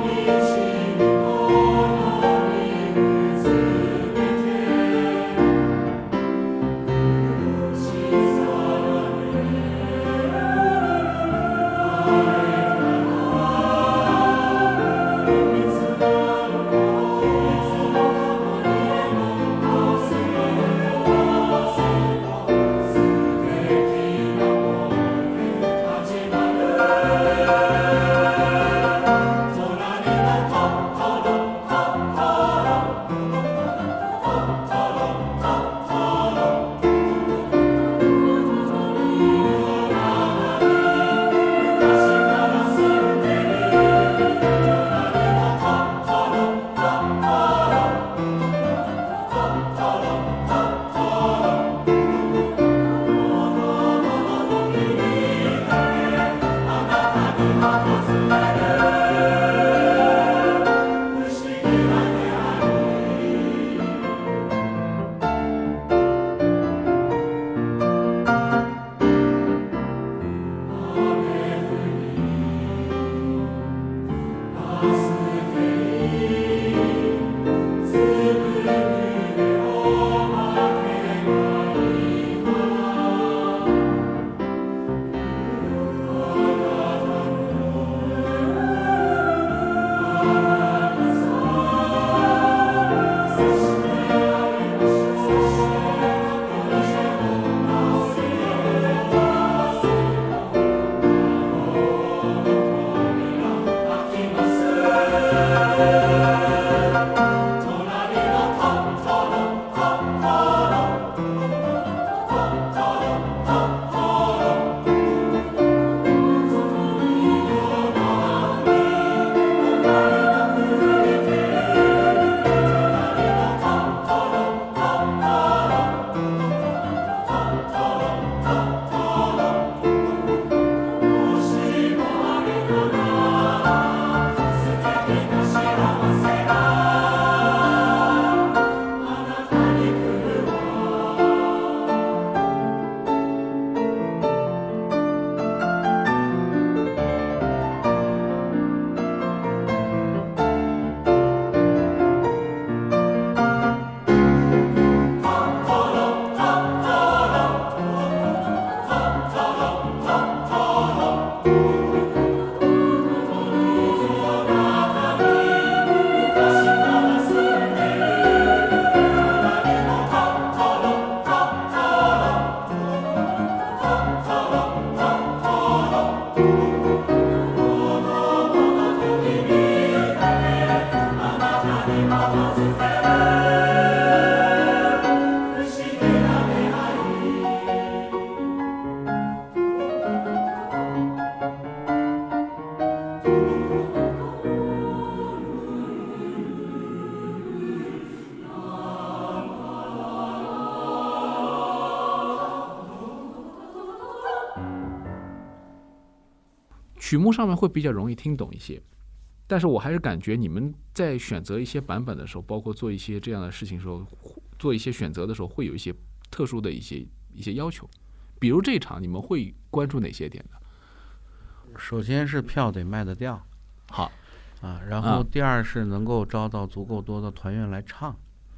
曲目上面会比较容易听懂一些。但是我还是感觉你们在选择一些版本的时候，包括做一些这样的事情的时候，做一些选择的时候，会有一些特殊的一些要求。比如这一场，你们会关注哪些点呢？ 首先是票得卖得掉， 好啊，然后第二是能够招到足够多的团员来唱，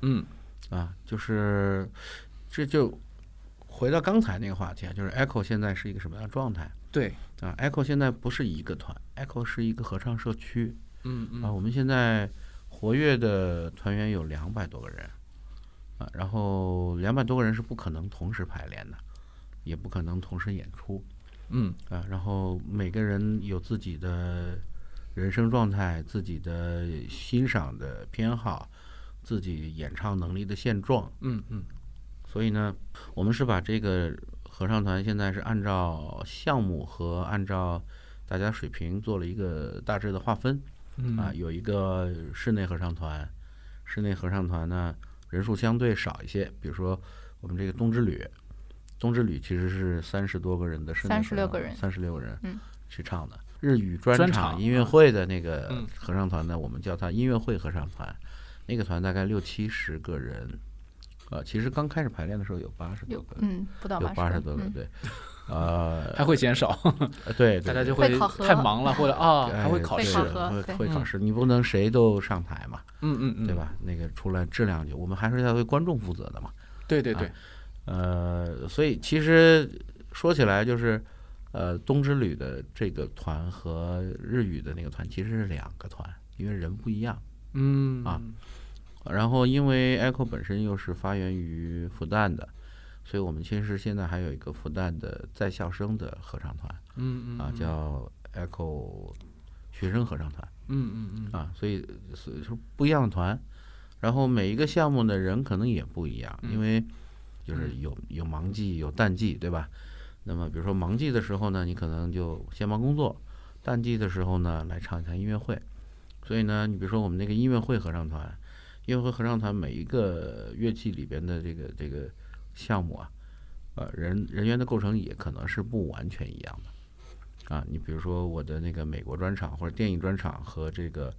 就是这就回到刚才那个话题啊，就是 Echo 现在是一个什么样的状态？ 对 ，Echo 现在不是一个团 ，Echo 是一个合唱社区，我们现在活跃的团员有200多个人，然后200多个人是不可能同时排练的，也不可能同时演出，然后每个人有自己的人生状态、自己的欣赏的偏好、自己演唱能力的现状，所以呢，我们是把这个合唱团现在是按照项目和按照大家水平做了一个大致的划分，有一个室内合唱团，室内合唱团呢人数相对少一些，比如说我们这个冬之旅其实是30多个人的室内 36个人去唱的。日语专场音乐会的那个合唱团呢，我们叫它音乐会合唱团，那个团大概60-70个人。其实刚开始排练的时候有80多个， 不到 80多个，对， 还会减少， 对， 大家就会太忙了，或者还会考试， 会考试，你不能谁都上台嘛，对吧？那个出来质量我们还是要为观众负责的嘛， 对， 所以其实说起来就是，冬之旅的这个团和日语的那个团其实是2个团，因为人不一样，然后因为 Echo 本身又是发源于复旦的，所以我们其实现在还有一个复旦的在校生的合唱团，叫 Echo 学生合唱团，所以是不一样的团，然后每一个项目的人可能也不一样，因为就是有忙季有淡季，对吧？那么比如说忙季的时候呢，你可能就先忙工作，淡季的时候呢来唱一场音乐会，所以呢，你比如说我们那个音乐会合唱团。音乐会合唱团每一个乐器里边的这个项目人员的构成也可能是不完全一样的，你比如说我的那个美国专场或者电影专场和这个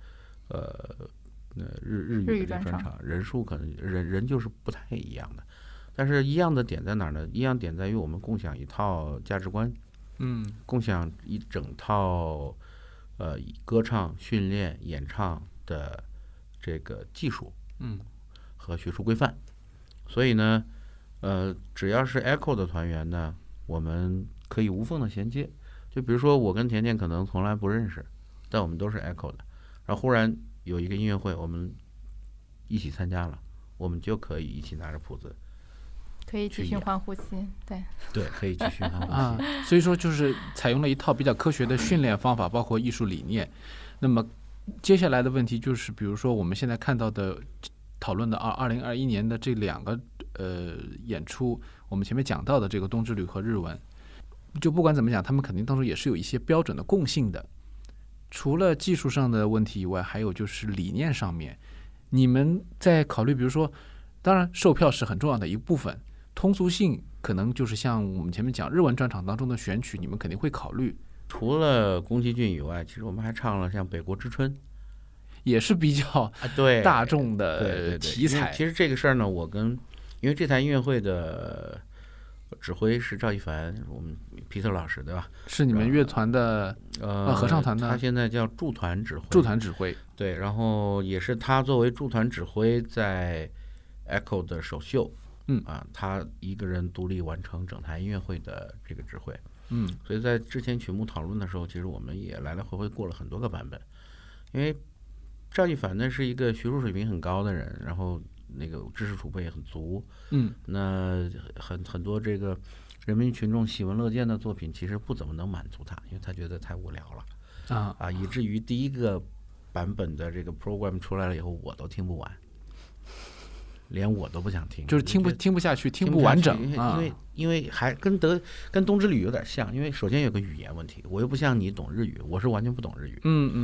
日语的专场，人数可能人就是不太一样的，但是一样的点在哪儿呢？一样点在于我们共享一套价值观，共享一整套歌唱、训练、演唱的这个技术，和学术规范，所以呢，只要是 Echo 的团员呢，我们可以无缝的衔接。就比如说我跟甜甜可能从来不认识，但我们都是 Echo 的，然后忽然有一个音乐会，我们一起参加了，我们就可以一起拿着谱子， 可以一起循环呼吸， 对，可以一起循环呼吸。 所以说就是采用了一套比较科学的训练方法，包括艺术理念。那么接下来的问题就是，比如说我们现在看到的、讨论的2021年的这2个演出，我们前面讲到的这个冬之旅和日文，就不管怎么讲，他们肯定当中也是有一些标准的共性的。除了技术上的问题以外，还有就是理念上面，你们在考虑，比如说，当然售票是很重要的一部分，通俗性可能就是像我们前面讲日文专场当中的选曲，你们肯定会考虑。 除了宫崎骏以外，其实我们还唱了像《北国之春》， 也是比较大众的题材。 其实这个事儿呢，因为这台音乐会的指挥是赵一凡，我们皮特老师，对吧？ 是你们乐团的合唱团的， 他现在叫驻团指挥。 驻团指挥， 对，然后也是他作为驻团指挥在 Echo 的首秀，他一个人独立完成整台音乐会的这个指挥。所以在之前曲目讨论的时候，其实我们也来来回回过了很多个版本，因为赵一凡呢是一个学术水平很高的人，然后那个知识储备也很足，那很多这个人民群众喜闻乐见的作品，其实不怎么能满足他，因为他觉得太无聊了，以至于第一个版本的这个 program 出来了以后，我都听不完。连我都不想听， 就是听不下去，听不完整， 因为还跟冬之旅有点像，因为首先有个语言问题，我又不像你懂日语，我是完全不懂日语，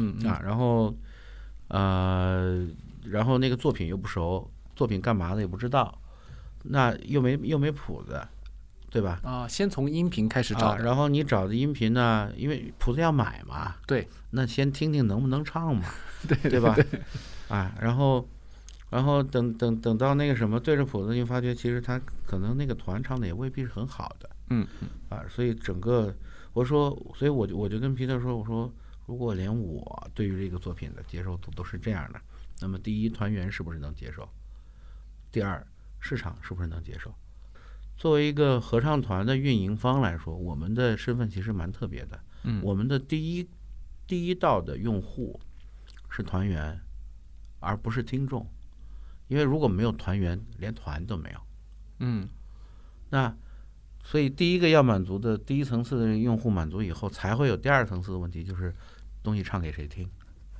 然后那个作品又不熟，作品干嘛的也不知道，那又没谱子， 对吧？ 啊，先从音频开始找然后你找的音频呢，因为谱子要买嘛， 对， 那先听听能不能唱嘛， 对吧？然后等到那个什么对着谱子，你发觉其实他可能那个团唱的也未必是很好的，所以整个所以我就跟皮特说，我说如果连我对于这个作品的接受度都是这样的，那么第一，团员是不是能接受？第二，市场是不是能接受？作为一个合唱团的运营方来说，我们的身份其实蛮特别的。我们的第一道的用户是团员，而不是听众。因为如果没有团员，连团都没有。那所以第一个要满足的第一层次的用户满足以后，才会有第二层次的问题，就是东西唱给谁听。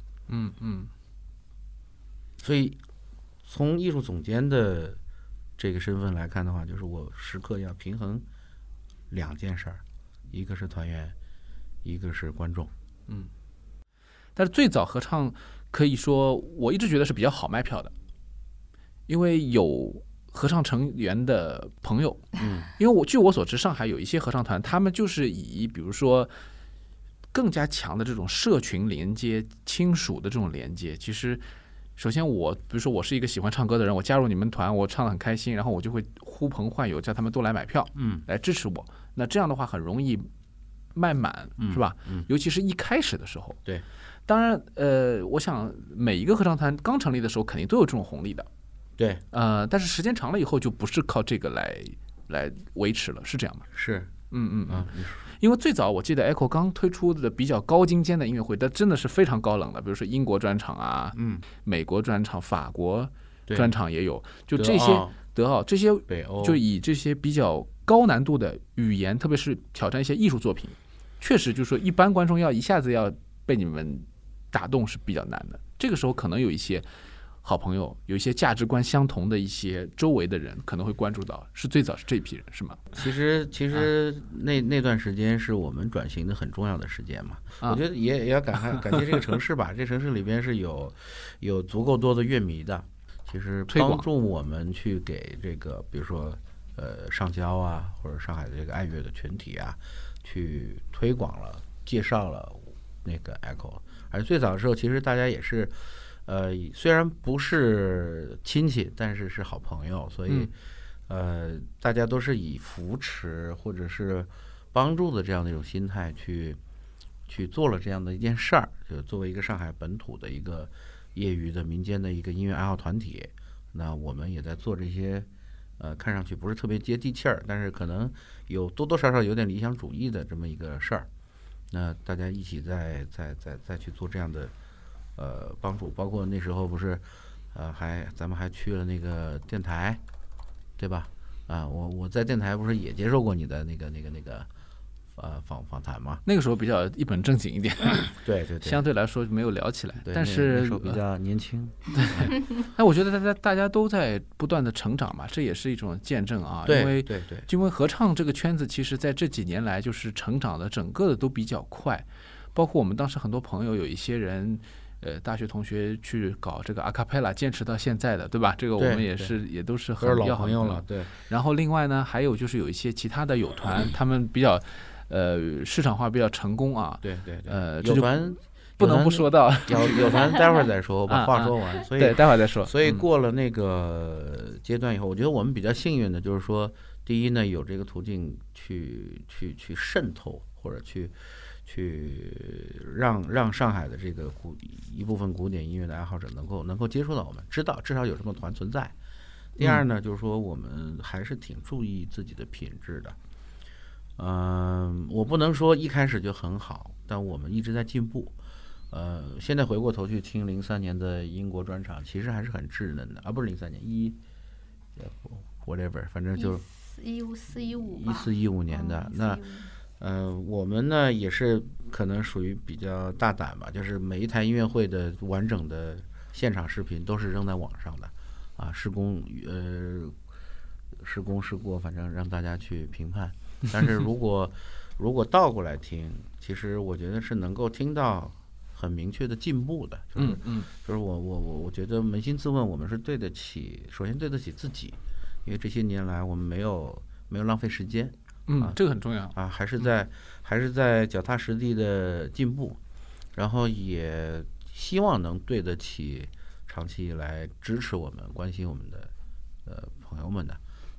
所以从艺术总监的这个身份来看的话，就是我时刻要平衡两件事儿，一个是团员，一个是观众。 但是最早合唱可以说我一直觉得是比较好卖票的，因为有合唱成员的朋友，因为据我所知，上海有一些合唱团，他们就是以比如说更加强的这种社群连接、亲属的这种连接。其实，首先比如说我是一个喜欢唱歌的人，我加入你们团，我唱得很开心，然后我就会呼朋唤友，叫他们都来买票，来支持我。那这样的话很容易卖满，是吧？尤其是一开始的时候。 对。 当然，我想每一个合唱团刚成立的时候，肯定都有这种红利的。 对。 但是时间长了以后，就不是靠这个来维持了，是这样吗？ 是。 因为最早我记得 Echo 刚推出的比较高精尖的音乐会，但真的是非常高冷的，比如说英国专场啊，美国专场、法国专场也有，就这些德奥这些北欧， 就以这些比较高难度的语言，特别是挑战一些艺术作品，确实就是说一般观众要一下子要被你们打动是比较难的。这个时候可能有一些好朋友，有一些价值观相同的一些周围的人可能会关注到，是最早是这批人，是吗？ 其实那段时间是我们转型的很重要的时间嘛。我觉得也要感谢这个城市吧，这城市里边是有足够多的乐迷的，其实帮助我们去给这个比如说上交啊，或者上海的这个爱乐的群体啊，去推广了、介绍了那个 Echo。而最早的时候，其实大家也是。虽然不是亲戚，但是是好朋友，所以大家都是以扶持或者是帮助的这样的一种心态去做了这样的一件事儿。就作为一个上海本土的一个业余的民间的一个音乐爱好团体，那我们也在做这些看上去不是特别接地气儿，但是可能有多多少少有点理想主义的这么一个事儿。那大家一起再去做这样的。帮助，包括那时候不是，咱们还去了那个电台，对吧？我在电台不是也接受过你的那个访谈吗？ 那个时候比较一本正经一点， 对， 相对来说没有聊起来。但是那时候比较年轻， 对。那我觉得大家都在不断的成长嘛，这也是一种见证啊。 对， 因为合唱这个圈子，其实在这几年来就是成长的整个的都比较快，包括我们当时很多朋友有一些人。大学同学去搞这个阿卡贝拉，坚持到现在的，对吧？这个我们也都是很老朋友了，对。 然后另外呢，还有就是有一些其他的友团，他们比较市场化比较成功啊。 对， 友团不能不说到， 友团待会儿再说，我把话说完。所以对，待会儿再说。 所以过了那个阶段以后，我觉得我们比较幸运的就是说，第一呢，有这个途径去渗透或者去让上海的这个一部分古典音乐的爱好者能够接触到我们，知道至少有这么团存在。第二呢，就是说我们还是挺注意自己的品质的。我不能说一开始就很好，但我们一直在进步。现在回过头去听03年的英国专场，其实还是很稚嫩的啊，不是03年whatever， 反正就1415年的那。我们呢也是可能属于比较大胆吧，就是每一台音乐会的完整的现场视频都是扔在网上的，施工事过，反正让大家去评判。但是如果倒过来听，其实我觉得是能够听到很明确的进步的，就是我觉得扪心自问，我们是对得起，首先对得起自己，因为这些年来我们没有没有浪费时间。 这个很重要啊，还是在脚踏实地的进步，然后也希望能对得起长期以来支持我们、关心我们的朋友们的。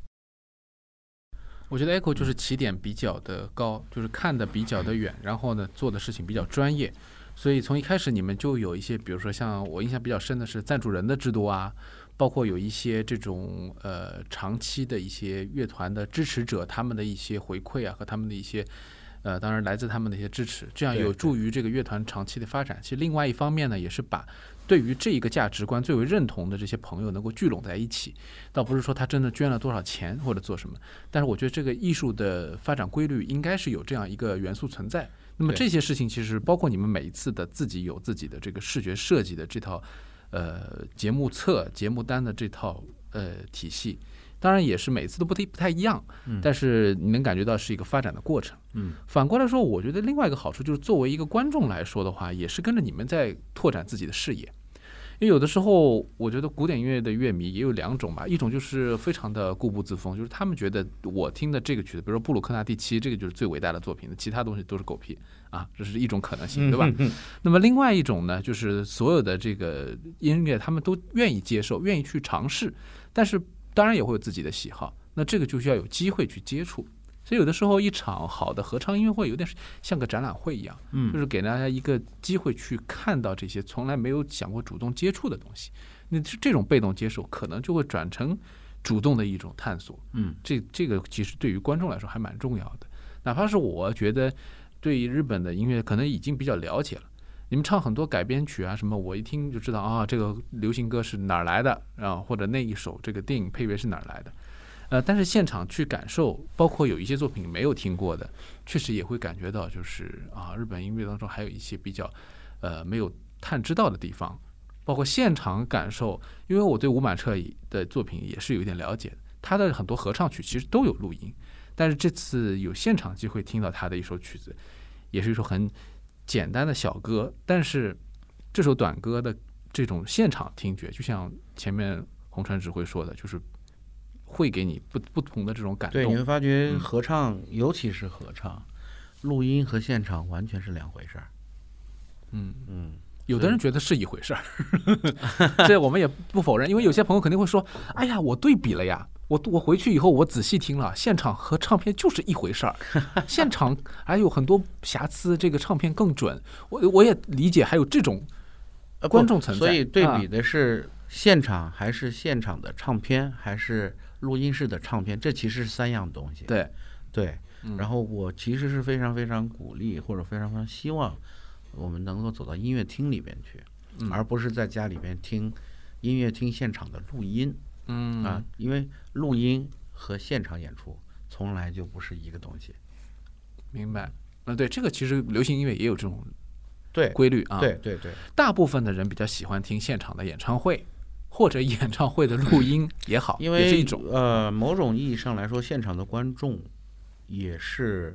我觉得 Echo 就是起点比较的高，就是看得比较的远，然后呢做的事情比较专业，所以从一开始你们就有一些，比如说像我印象比较深的是赞助人的制度啊，包括有一些这种长期的一些乐团的支持者他们的一些回馈啊和他们的一些当然来自他们的一些支持，这样有助于这个乐团长期的发展。其实另外一方面呢，也是把对于这一个价值观最为认同的这些朋友能够聚拢在一起，倒不是说他真的捐了多少钱或者做什么，但是我觉得这个艺术的发展规律应该是有这样一个元素存在。那么这些事情其实包括你们每一次的自己有自己的这个视觉设计的这套节目册、节目单的这套体系，当然也是每次都不太一样，但是你能感觉到是一个发展的过程。反过来说，我觉得另外一个好处就是作为一个观众来说的话，也是跟着你们在拓展自己的视野。因为有的时候我觉得古典音乐的乐迷也有两种吧，一种就是非常的固步自封，就是他们觉得我听的这个曲子，比如说布鲁克纳第7，这个就是最伟大的作品，其他东西都是狗屁啊，这是一种可能性，对吧？那么另外一种呢，就是所有的这个音乐他们都愿意接受，愿意去尝试，但是当然也会有自己的喜好，那这个就需要有机会去接触。所以有的时候一场好的合唱音乐会有点像个展览会一样，就是给大家一个机会去看到这些从来没有想过主动接触的东西。那这种被动接受可能就会转成主动的一种探索。这个其实对于观众来说还蛮重要的。哪怕是我觉得对于日本的音乐可能已经比较了解了，你们唱很多改编曲啊什么，我一听就知道啊，这个流行歌是哪儿来的啊，或者那一首这个电影配乐是哪儿来的。但是现场去感受，包括有一些作品没有听过的，确实也会感觉到，就是啊，日本音乐当中还有一些比较没有探知到的地方，包括现场感受。因为我对伍满彻的作品也是有一点了解的，他的很多合唱曲其实都有录音，但是这次有现场机会听到他的一首曲子，也是一首很简单的小歌，但是这首短歌的这种现场听觉，就像前面红川指挥说的，就是会给你不同的这种感动。 对，你会发觉合唱，尤其是合唱，录音和现场完全是两回事儿。 有的人觉得是一回事儿，这我们也不否认，因为有些朋友肯定会说：“哎呀，我对比了呀，我回去以后我仔细听了，现场和唱片就是一回事儿，现场还有很多瑕疵，这个唱片更准。”我也理解还有这种观众存在， 所以对比的是现场还是现场的唱片，还是录音室的唱片，这其实是3样东西。对，然后我其实是非常非常鼓励，或者非常非常希望我们能够走到音乐厅里边去，而不是在家里边听音乐厅现场的录音。因为录音和现场演出从来就不是一个东西。 明白。对，这个其实流行音乐也有这种规律啊。 对， 大部分的人比较喜欢听现场的演唱会，或者演唱会的录音也好， 因为也是一种某种意义上来说，现场的观众也是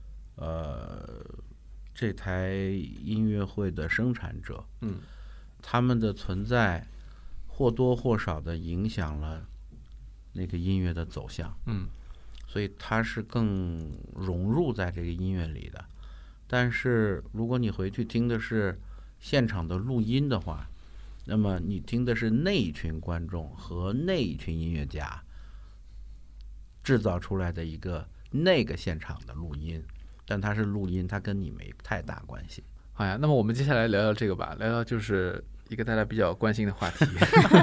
这台音乐会的生产者。他们的存在或多或少的影响了那个音乐的走向。所以它是更融入在这个音乐里的。但是如果你回去听的是现场的录音的话，那么你听的是那一群观众和那一群音乐家制造出来的一个那个现场的录音，但它是录音，它跟你没太大关系。 好呀，那么我们接下来聊聊这个吧，聊聊就是一个大家比较关心的话题。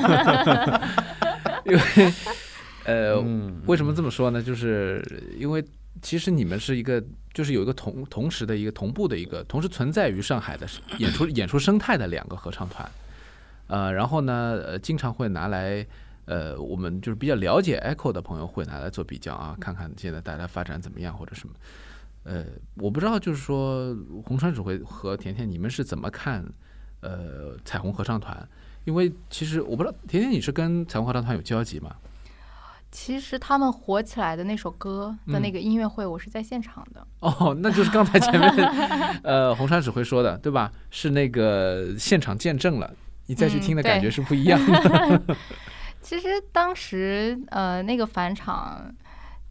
因为为什么这么说呢？就是因为其实你们是一个，就是有一个同时的一个同步的一个同时存在于上海的演出生态的2个合唱团。然后呢，经常会拿来，我们就是比较了解 Echo 的朋友会拿来做比较啊，看看现在大家发展怎么样或者什么。我不知道，就是说红川指挥和甜甜，你们是怎么看彩虹合唱团？因为其实我不知道，甜甜你是跟彩虹合唱团有交集吗？ 其实他们火起来的那首歌的那个音乐会，我是在现场的。 那就是刚才前面红川指挥说的，对吧？是那个现场见证了。你再去听的感觉是不一样的。 其实当时那个返场，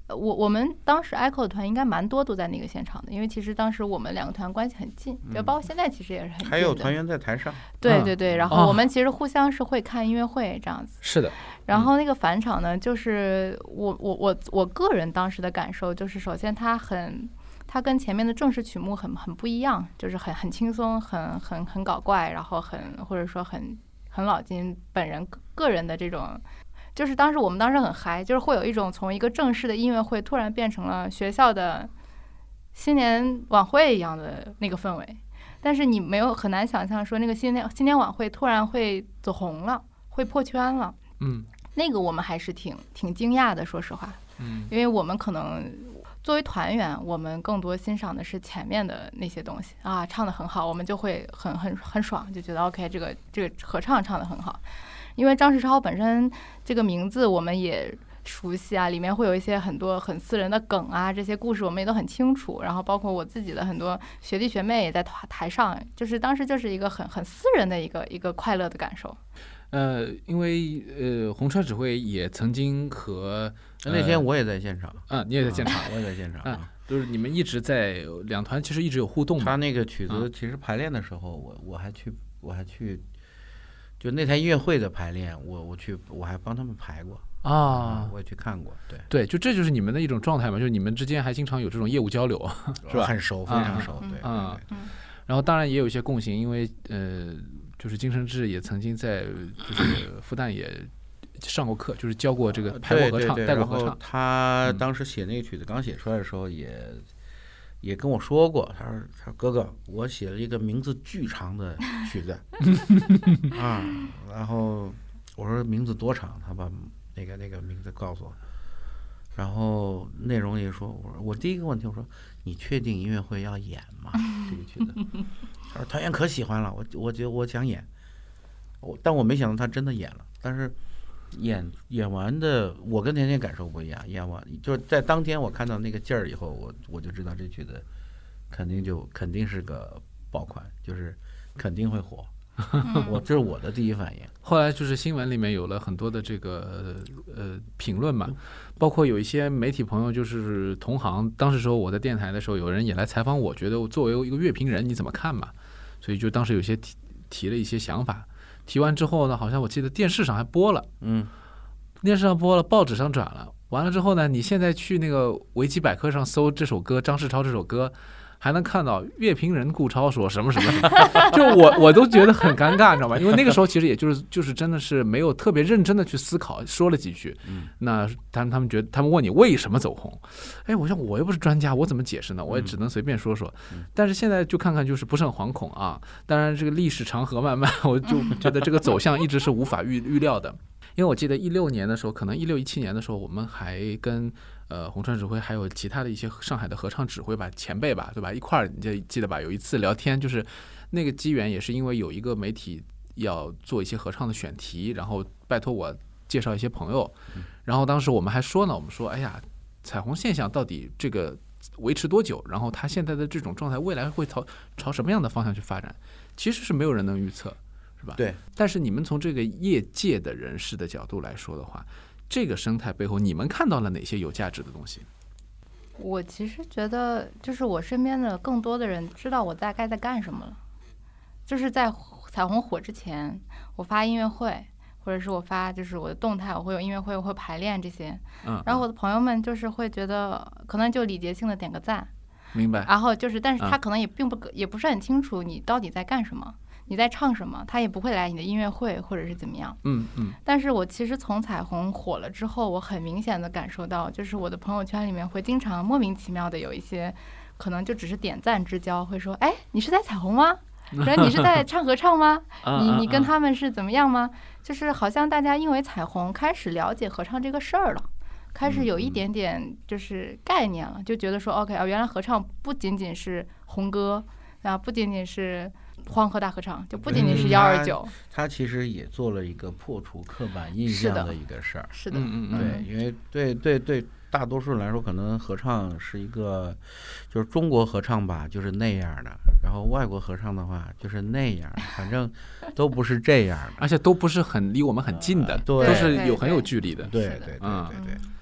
我们当时 ECHO 的团应该蛮多都在那个现场的，因为其实当时我们2个团关系很近，就包括现在其实也是很近的。 还有团员在台上。 对对对，然后我们其实互相是会看音乐会这样子。 是的。 然后那个返场呢，就是我个人当时的感受就是，首先它跟前面的正式曲目很不一样，就是很轻松，很搞怪，然后或者说很老金本人个人的这种。就是我们当时很嗨，就是会有一种从一个正式的音乐会突然变成了学校的新年晚会一样的那个氛围，但是你很难想象说那个新年晚会突然会走红了，会破圈了。那个我们还是挺惊讶的，说实话。因为我们可能作为团员，我们更多欣赏的是前面的那些东西啊，唱得很好，我们就会很爽，就觉得 OK， 这个合唱得很好。因为张世超本身这个名字我们也熟悉啊，里面会有一些很多很私人的梗啊，这些故事我们也都很清楚。然后包括我自己的很多学弟学妹也在台上，就是当时就是一个很私人的一个快乐的感受。 因为红川指挥也曾经和那天我也在现场。 你也在现场。 我也在现场。 就是你们一直在两团其实一直有互动。 他那个曲子其实排练的时候，我还去。就那台音乐会的排练，我还帮他们排过啊，我也去看过。 对，就这就是你们的一种状态嘛，就是你们之间还经常有这种业务交流，是吧？ 很熟，非常熟。对。 然后当然也有一些共性，因为就是金承志也曾经在就是复旦也上过课，就是教过这个排过合唱，带过合唱。 他当时写那个曲子刚写出来的时候也跟我说过，他说哥哥，我写了一个名字巨长的曲子啊，然后我说名字多长，他把那个名字告诉我，然后内容也说，我第一个问题我说你确定音乐会要演吗？这个曲子，他说团员可喜欢了，我觉得我想演，但我没想到他真的演了，但是演完的，我跟甜甜感受不一样。演完就是在当天我看到那个劲儿以后，我就知道这曲子肯定是个爆款，就是肯定会火。这是我的第一反应。 后来就是新闻里面有了很多的这个评论嘛，包括有一些媒体朋友就是同行，当时时候我在电台的时候，有人也来采访我，觉得作为一个乐评人你怎么看嘛？所以就当时有些提了一些想法。提完之后呢，好像我记得电视上还播了，电视上播了，报纸上转了。完了之后呢，你现在去那个维基百科上搜这首歌，张世超这首歌，还能看到乐评人顾超说什么什么什么，就我都觉得很尴尬，你知道吗？因为那个时候其实也就是真的是没有特别认真的去思考，说了几句。那他们觉得，他们问你为什么走红，我想我又不是专家，我怎么解释呢？我也只能随便说说。但是现在就看看，就是不是很惶恐啊。当然，这个历史长河漫漫，我就觉得这个走向一直是无法预料的。因为我记得16年的时候，可能16、17年的时候，我们还跟红川指挥还有其他的一些上海的合唱指挥吧，前辈吧，对吧？一块儿，你记得吧？有一次聊天，就是那个机缘也是因为有一个媒体要做一些合唱的选题，然后拜托我介绍一些朋友，然后当时我们还说呢，我们说，哎呀，彩虹现象到底这个维持多久？然后它现在的这种状态，未来会朝什么样的方向去发展？其实是没有人能预测。是吧？ 对。 但是你们从这个业界的人士的角度来说的话，这个生态背后，你们看到了哪些有价值的东西？ 我其实觉得，就是我身边的更多的人知道我大概在干什么了。就是在彩虹火之前，我发音乐会，或者是我发就是我的动态，我会有音乐会，我会排练这些。然后我的朋友们就是会觉得，可能就礼节性的点个赞。 明白。 然后就是，但是他可能也不是很清楚你到底在干什么。你在唱什么，他也不会来你的音乐会或者是怎么样。但是我其实从彩虹火了之后，我很明显的感受到，就是我的朋友圈里面会经常莫名其妙的有一些，可能就只是点赞之交，会说，哎，你是在彩虹吗？然后你是在唱合唱吗？你跟他们是怎么样吗？就是好像大家因为彩虹开始了解合唱这个事儿了，开始有一点点就是概念了，就觉得说 OK 原来合唱不仅仅是红歌啊，不仅仅是黄河大合唱，就不仅仅是129， 他其实也做了一个破除刻板印象的一个事儿。 是的， 对，因为对大多数人来说，可能合唱是一个，就是中国合唱吧，就是那样的，然后外国合唱的话就是那样，反正都不是这样的， 而且都不是很离我们很近的，都是很有距离的。 对。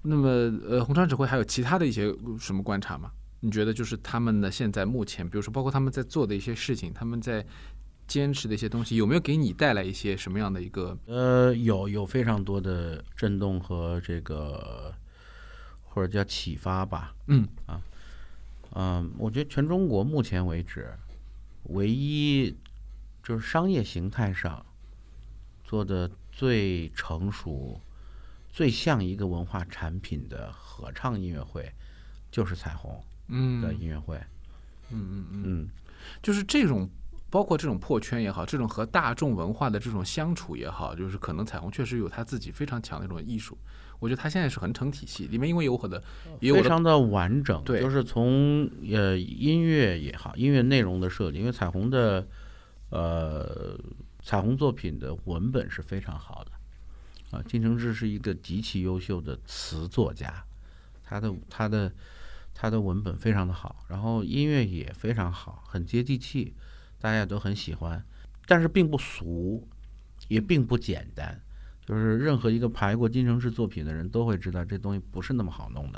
那么红川指挥还有其他的一些什么观察吗？你觉得就是他们呢现在目前，比如说包括他们在做的一些事情，他们在坚持的一些东西，有没有给你带来一些什么样的一个？ 有非常多的震动和这个或者叫启发吧。我觉得全中国目前为止，唯一就是商业形态上做的最成熟、最像一个文化产品的合唱音乐会，就是彩虹的音乐会。 就是这种。包括这种破圈也好，这种和大众文化的这种相处也好，就是可能彩虹确实有他自己非常强的一种艺术。我觉得他现在是很成体系，里面因为有非常的完整， 对， 就是从音乐也好，音乐内容的设计，因为彩虹的彩虹作品的文本是非常好的金承志是一个极其优秀的词作家，他的文本非常的好，然后音乐也非常好，很接地气。大家都很喜欢，但是并不俗，也并不简单。就是任何一个排过金承志作品的人都会知道，这东西不是那么好弄的。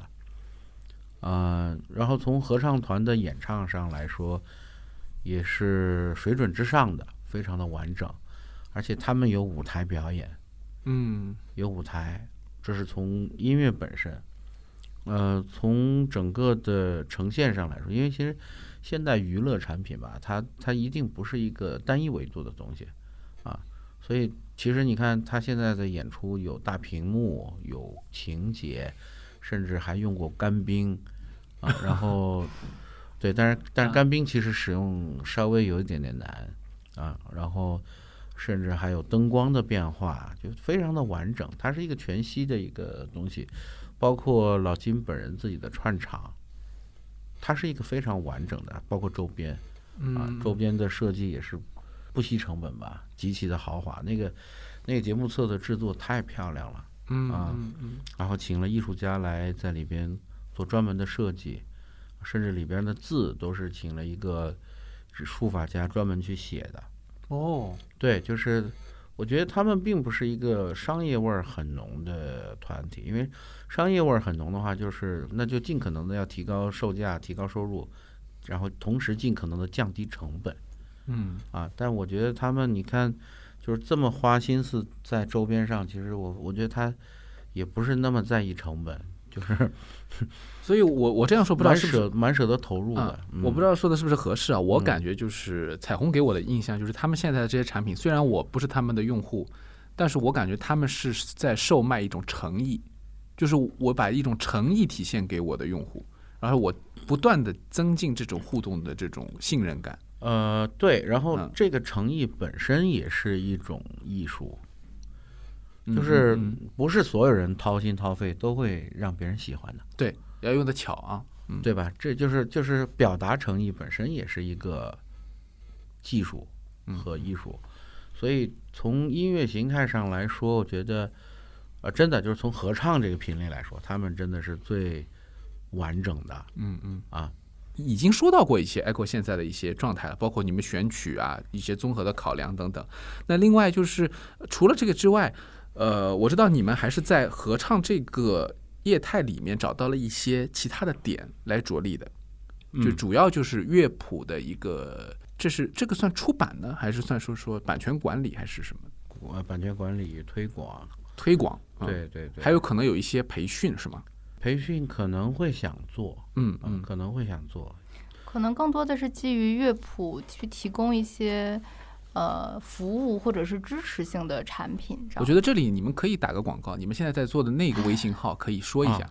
然后从合唱团的演唱上来说，也是水准之上的，非常的完整，而且他们有舞台表演，有舞台，这是从音乐本身。从整个的呈现上来说，因为其实现代娱乐产品吧，它一定不是一个单一维度的东西所以其实你看他现在的演出有大屏幕，有情节，甚至还用过干冰然后对，但是干冰其实使用稍微有一点点难然后甚至还有灯光的变化，就非常的完整，它是一个全息的一个东西。包括老金本人自己的串场，它是一个非常完整的，包括周边周边的设计也是不惜成本吧，极其的豪华。那个节目册的制作太漂亮了然后请了艺术家来在里边做专门的设计，甚至里边的字都是请了一个书法家专门去写的。对，就是我觉得他们并不是一个商业味儿很浓的团体，因为商业味儿很浓的话，那就尽可能的要提高售价、提高收入，然后同时尽可能的降低成本。但我觉得他们，你看，就是这么花心思在周边上，其实我觉得他也不是那么在意成本，就是。 所以我这样说不知道是不是蛮舍得投入的。 我不知道说的是不是合适啊？我感觉就是彩虹给我的印象就是他们现在的这些产品，虽然我不是他们的用户，但是我感觉他们是在售卖一种诚意，就是我把一种诚意体现给我的用户，然后我不断的增进这种互动的这种信任感。 对，然后这个诚意本身也是一种艺术。就是不是所有人掏心掏肺都会让别人喜欢的， 对，要用的巧对吧？这就是表达诚意本身也是一个技术和艺术，所以从音乐形态上来说，我觉得真的就是从合唱这个频率来说，他们真的是最完整的。 已经说到过一些 Echo 现在的一些状态了，包括你们选曲一些综合的考量等等。那另外就是除了这个之外，我知道你们还是在合唱这个业态里面找到了一些其他的点来着力的，就主要就是乐谱的一个，这个算出版呢，还是算说版权管理还是什么？ 版权管理推广，对， 还有可能有一些培训是吗？ 培训可能会想做，可能会想做， 可能更多的是基于乐谱去提供一些服务或者是支持性的产品。 我觉得这里你们可以打个广告，你们现在在做的那个微信号可以说一下。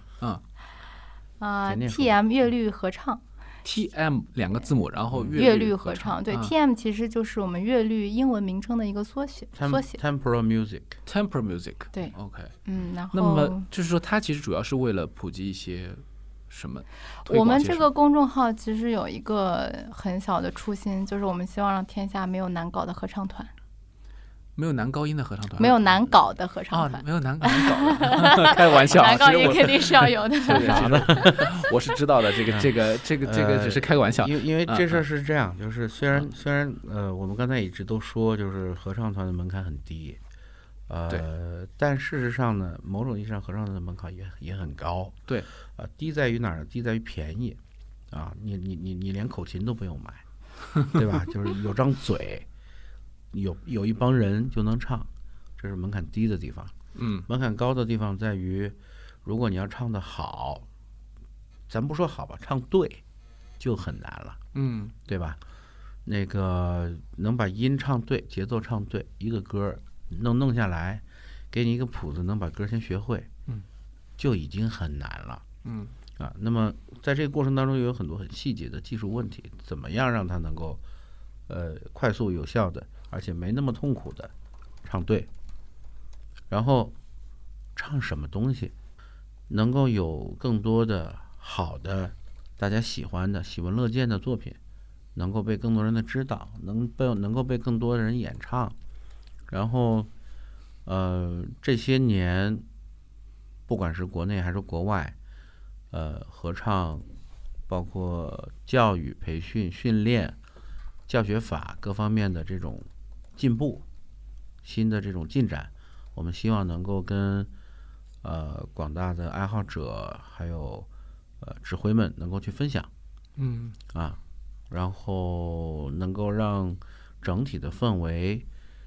TM 乐律合唱。 TM 2个字母，然后乐律合唱。对，TM 其实就是我们乐律英文名称的一个缩写。 Temporal Music。 对 ，OK。 然后那么就是说，它其实主要是为了普及一些什么？ 我们这个公众号其实有一个很小的初心，就是我们希望让天下没有难搞的合唱团。 没有男高音的合唱团， 没有难搞的合唱团， 没有难搞的，开玩笑， 男高音肯定是要有的。 我是知道的，这个只是开个玩笑。 因为这事儿是这样，就是虽然我们刚才一直都说，就是合唱团的门槛很低， 但事实上呢，某种意义上合唱团的门槛也很高。 对， 低在于哪儿呢？低在于便宜，你连口琴都不用买，对吧？就是有张嘴，有一帮人就能唱，这是门槛低的地方。门槛高的地方在于，如果你要唱得好，咱不说好吧，唱对就很难了。对吧？那个能把音唱对，节奏唱对，一个歌弄下来，给你一个谱子，能把歌先学会，就已经很难了。那么在这个过程当中，有很多很细节的技术问题，怎么样让它能够快速有效的，而且没那么痛苦的唱对，然后唱什么东西能够有更多的好的大家喜欢的喜闻乐见的作品，能够被更多人的知道，能够被更多的人演唱。然后这些年不管是国内还是国外，合唱包括教育培训训练教学法各方面的这种进步，新的这种进展，我们希望能够跟广大的爱好者还有指挥们能够去分享，然后能够让整体的氛围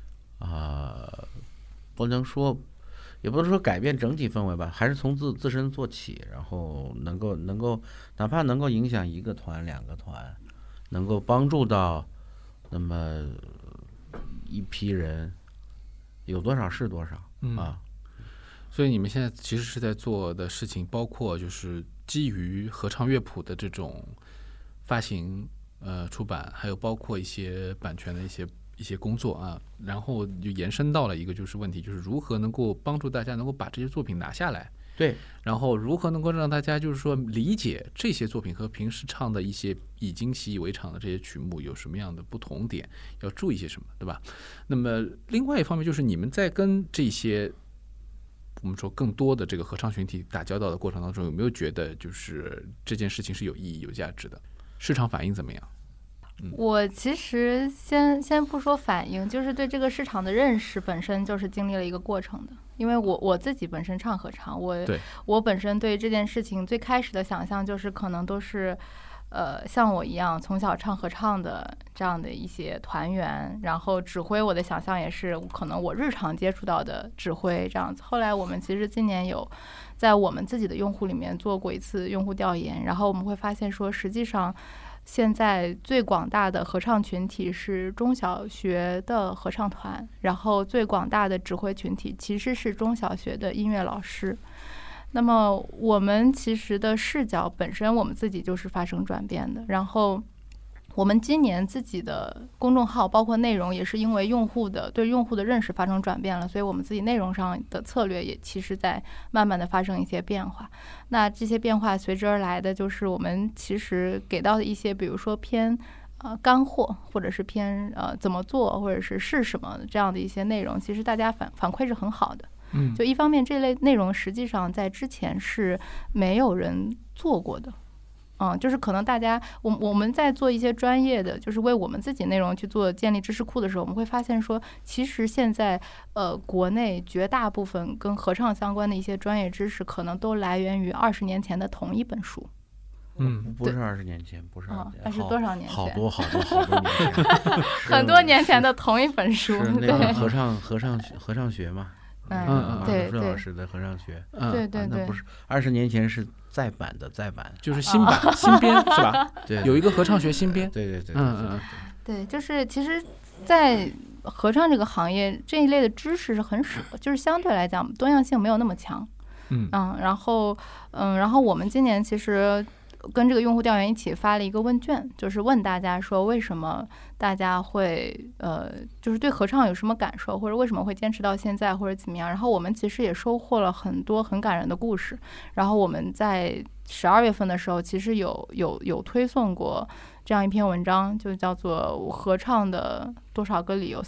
也不能说改变整体氛围吧，还是从自身做起，然后能够哪怕能够影响一个团两个团，能够帮助到那么一批人，有多少是多少所以你们现在其实是在做的事情，包括就是基于合唱乐谱的这种发行、出版，还有包括一些版权的一些工作啊，然后就延伸到了一个就是问题，就是如何能够帮助大家能够把这些作品拿下来， 对， 然后如何能够让大家就是说理解这些作品和平时唱的一些已经习以为常的这些曲目有什么样的不同点，要注意些什么，对吧？那么另外一方面就是你们在跟这些我们说更多的这个合唱群体打交道的过程当中，有没有觉得就是这件事情是有意义有价值的？市场反应怎么样？ 我其实先不说反应，就是对这个市场的认识本身就是经历了一个过程的。因为我自己本身唱合唱，我本身对这件事情最开始的想象就是可能都是像我一样从小唱合唱的这样的一些团员，然后指挥我的想象也是可能我日常接触到的指挥这样子。后来我们其实今年有在我们自己的用户里面做过一次用户调研，然后我们会发现说，实际上现在最广大的合唱群体是中小学的合唱团，然后最广大的指挥群体其实是中小学的音乐老师。那么我们其实的视角本身我们自己就是发生转变的，然后我们今年自己的公众号包括内容也是因为对用户的认识发生转变了，所以我们自己内容上的策略也其实在慢慢的发生一些变化。那这些变化随之而来的就是我们其实给到的一些比如说偏干货，或者是偏怎么做，或者是什么这样的一些内容，其实大家反馈是很好的。就一方面这类内容实际上在之前是没有人做过的，就是可能大家我们在做一些专业的，就是为我们自己内容去做建立知识库的时候，我们会发现说，其实现在国内绝大部分跟合唱相关的一些专业知识，可能都来源于20年前的同一本书。 不是20年前，不是20年前， 那是多少年前？ 好多年前， 很多年前的同一本书， 是那个合唱学嘛。 对， 舒老师的合唱学， 对， 那不是20年前是再版， 就是新版新编是吧？ 对， 有一个合唱学新编， 对， 对，就是其实，在合唱这个行业这一类的知识是很少，就是相对来讲多样性没有那么强，然后我们今年其实跟这个用户调研一起发了一个问卷，就是问大家说为什么大家会就是对合唱有什么感受，或者为什么会坚持到现在，或者怎么样。然后我们其实也收获了很多很感人的故事。然后我们在12月份的时候，其实有推送过这样一篇文章，就叫做合唱的多少个理由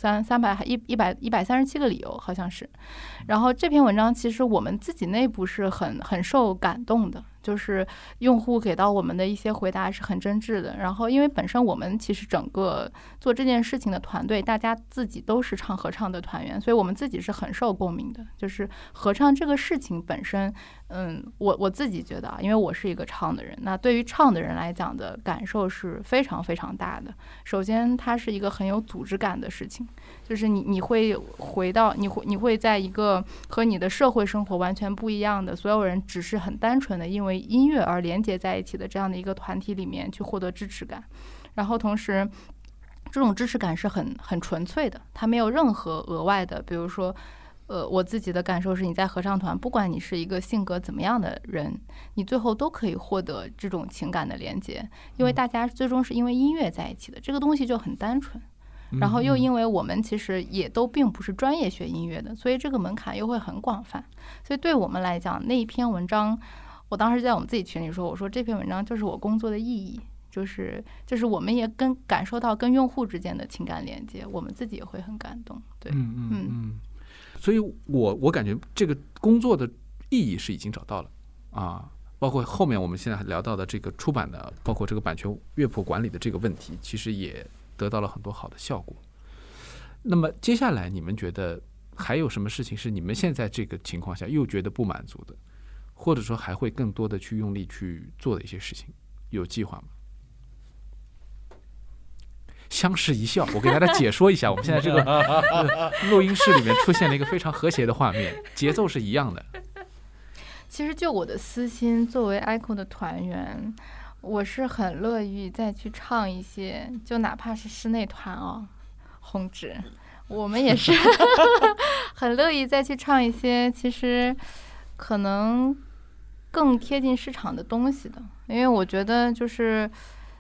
，137个理由好像是。然后这篇文章其实我们自己内部是很受感动的， 就是用户给到我们的一些回答是很真挚的。然后因为本身我们其实整个做这件事情的团队，大家自己都是唱合唱的团员，所以我们自己是很受共鸣的。就是合唱这个事情本身，我自己觉得啊，因为我是一个唱的人，那对于唱的人来讲的感受是非常非常大的。首先它是一个很有组织感的事情，就是你会回到你会在一个和你的社会生活完全不一样的，所有人只是很单纯的因为音乐而连接在一起的这样的一个团体里面去获得支持感。然后同时这种支持感是很纯粹的，它没有任何额外的，比如说我自己的感受是，你在合唱团，不管你是一个性格怎么样的人，你最后都可以获得这种情感的连接，因为大家最终是因为音乐在一起的，这个东西就很单纯。然后又因为我们其实也都并不是专业学音乐的，所以这个门槛又会很广泛。所以对我们来讲，那一篇文章，我当时在我们自己群里说，我说这篇文章就是我工作的意义，就是我们也感受到跟用户之间的情感连接，我们自己也会很感动。对， 所以我感觉这个工作的意义是已经找到了啊，包括后面我们现在聊到的这个出版的，包括这个版权乐谱管理的这个问题，其实也得到了很多好的效果。那么接下来你们觉得还有什么事情是你们现在这个情况下又觉得不满足的，或者说还会更多的去用力去做的一些事情，有计划吗？相视一笑，我给大家解说一下，我们现在这个录音室里面出现了一个非常和谐的画面，节奏是一样的。 其实就我的私心，作为 ECHO 的团员，我是很乐意再去唱一些，就哪怕是室内团哦，红纸，我们也是很乐意再去唱一些其实可能更贴近市场的东西的，因为我觉得就是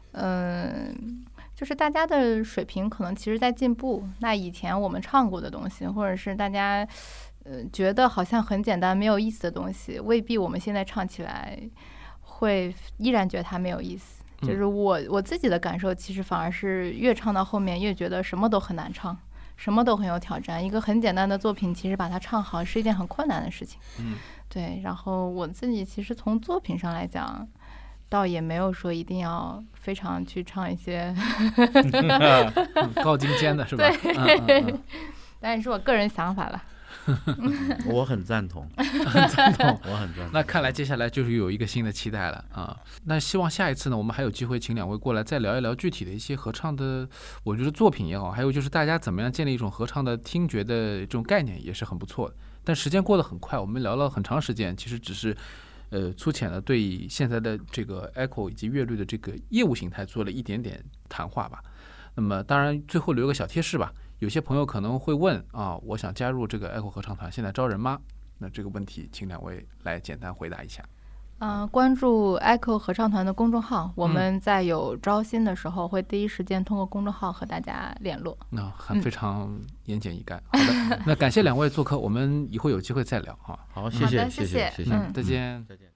就是大家的水平可能其实在进步，那以前我们唱过的东西，或者是大家觉得好像很简单没有意思的东西，未必我们现在唱起来会依然觉得它没有意思。就是我自己的感受，其实反而是越唱到后面越觉得什么都很难唱，什么都很有挑战。一个很简单的作品，其实把它唱好是一件很困难的事情。对。然后我自己其实从作品上来讲，倒也没有说一定要非常去唱一些高精尖的是吧？ 但也是我个人想法了。 我很赞同，我很赞同。 那看来接下来就是有一个新的期待了啊！那希望下一次呢，我们还有机会请两位过来再聊一聊具体的一些合唱的，我觉得作品也好，还有就是大家怎么样建立一种合唱的听觉的这种概念也是很不错的。但时间过得很快，我们聊了很长时间，其实只是粗浅的对现在的这个 ECHO 以及乐律的这个业务形态做了一点点谈话吧。那么当然最后留个小贴士吧，有些朋友可能会问啊，我想加入这个 ECHO 合唱团，现在招人吗？那这个问题请两位来简单回答一下。 关注 ECHO 合唱团的公众号，我们在有招新的时候会第一时间通过公众号和大家联络。 那非常言简意赅。好的，那感谢两位做客，我们以后有机会再聊哈。 好，谢谢， 谢谢， 再见。